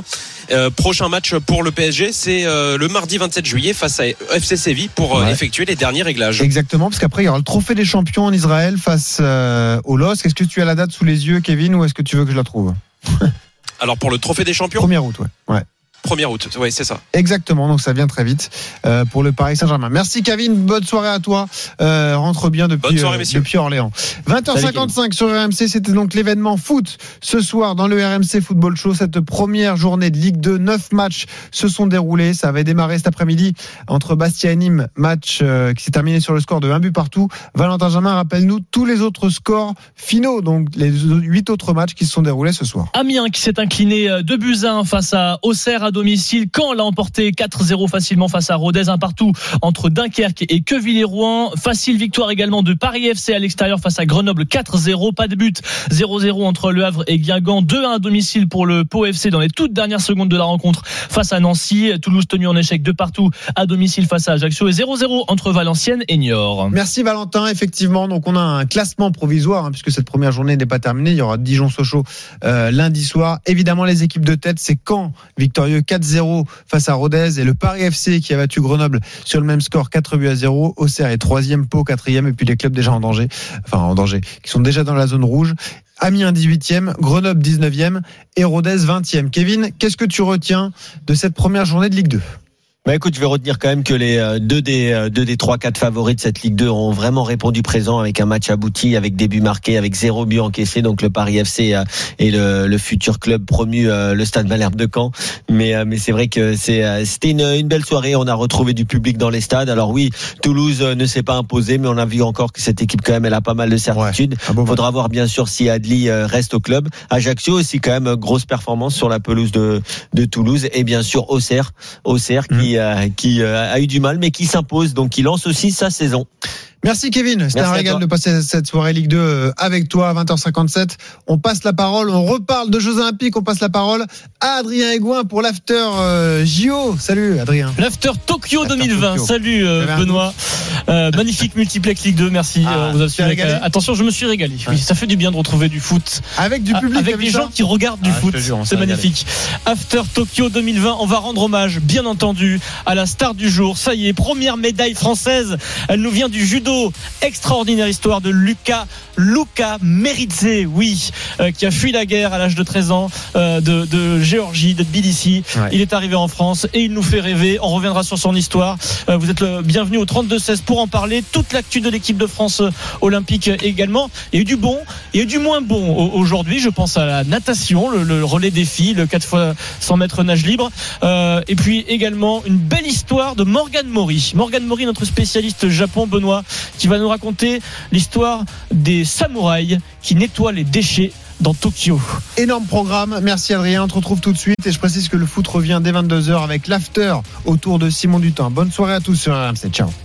Euh, prochain match pour le P S G, c'est euh, le mardi vingt-sept juillet face à F C Séville pour euh, ouais. effectuer les derniers réglages. Exactement, parce qu'après il y aura le trophée des champions en Israël face euh, au L O S C. Est-ce que tu as la date sous les yeux, Kevin, ou est-ce que tu veux que je la trouve? Alors pour le trophée des champions, premier août, ouais. ouais. Première août, oui, c'est ça. Exactement, donc ça vient très vite euh, pour le Paris Saint-Germain. Merci Kevin, bonne soirée à toi. Euh, rentre bien depuis, soirée, euh, depuis Orléans. vingt heures cinquante-cinq sur R M C, c'était donc l'événement foot ce soir dans le R M C Football Show. Cette première journée de Ligue deux, neuf matchs se sont déroulés. Ça avait démarré cet après-midi entre Bastia et Nîmes, match euh, qui s'est terminé sur le score de un but partout. Valentin Jamin, rappelle-nous tous les autres scores finaux, donc les huit autres matchs qui se sont déroulés ce soir. Amiens qui s'est incliné deux buts à un face à Auxerre à domicile. Caen l'a emporté quatre zéro facilement face à Rodez, un partout entre Dunkerque et Quevilly-Rouen. Facile victoire également de Paris F C à l'extérieur face à Grenoble, quatre zéro. Pas de but, zéro zéro entre Le Havre et Guingamp. deux à un à domicile pour le Pau F C dans les toutes dernières secondes de la rencontre face à Nancy. Toulouse tenu en échec de partout à domicile face à Ajaccio et zéro zéro entre Valenciennes et Niort. Merci Valentin, effectivement. Donc on a un classement provisoire hein, puisque cette première journée n'est pas terminée. Il y aura Dijon-Sochaux euh, lundi soir. Évidemment les équipes de tête, c'est Caen victorieux quatre zéro face à Rodez et le Paris F C qui a battu Grenoble sur le même score quatre buts à zéro. Auxerre est troisième, Pau quatrième et puis les clubs déjà en danger, enfin en danger, qui sont déjà dans la zone rouge. Amiens dix-huitième, Grenoble dix-neuvième et Rodez vingtième. Kevin, qu'est-ce que tu retiens de cette première journée de Ligue deux? Bah écoute, je vais retenir quand même que les deux des deux des trois quatre favoris de cette Ligue deux ont vraiment répondu présent avec un match abouti, avec des buts marqués, avec zéro but encaissé. Donc le Paris F C et le, le futur club promu, le Stade Malherbe de Caen. Mais mais c'est vrai que c'est c'était une, une belle soirée. On a retrouvé du public dans les stades. Alors oui, Toulouse ne s'est pas imposé, mais on a vu encore que cette équipe quand même, elle a pas mal de certitudes. Ouais, bon faudra voir bien sûr si Adli reste au club. Ajaccio aussi quand même grosse performance sur la pelouse de de Toulouse et bien sûr Auxerre, Auxerre qui mmh. qui a eu du mal mais qui s'impose, donc qui lance aussi sa saison. Merci Kevin, c'était un régal de passer cette soirée Ligue deux avec toi à vingt heures cinquante-sept. On passe la parole, on reparle de Jeux Olympiques, on passe la parole à Adrien Aigouin pour l'after euh, J O. Salut Adrien. L'after Tokyo l'after deux mille vingt. Tokyo. Salut euh, Benoît. Euh, magnifique multiplex Ligue deux, merci. Ah, euh, vous avez avec, euh, attention, je me suis régalé. Oui, ça fait du bien de retrouver du foot. Avec du public. Avec des gens qui regardent du ah, foot. Jure, c'est magnifique. After Tokyo deux mille vingt, on va rendre hommage, bien entendu, à la star du jour. Ça y est, première médaille française. Elle nous vient du judo. Extraordinaire histoire de Lucas Luka Meridze, oui, euh, qui a fui la guerre à l'âge de treize ans euh, de, de Géorgie, de Tbilissi. Ouais. Il est arrivé en France et il nous fait rêver. On reviendra sur son histoire. Euh, vous êtes le bienvenu au trente-deux seize pour en parler. Toute l'actu de l'équipe de France olympique également. Il y a eu du bon, il y a eu du moins bon aujourd'hui. Je pense à la natation, le, le relais défi, le quatre fois cent mètres nage libre. Euh, et puis également une belle histoire de Morgane Mori. Morgane Mori, notre spécialiste Japon, Benoît, qui va nous raconter l'histoire des samouraïs qui nettoient les déchets dans Tokyo. Énorme programme, merci Adrien, on te retrouve tout de suite et je précise que le foot revient dès vingt-deux heures avec l'after autour de Simon Dutin. Bonne soirée à tous sur R M C, ciao.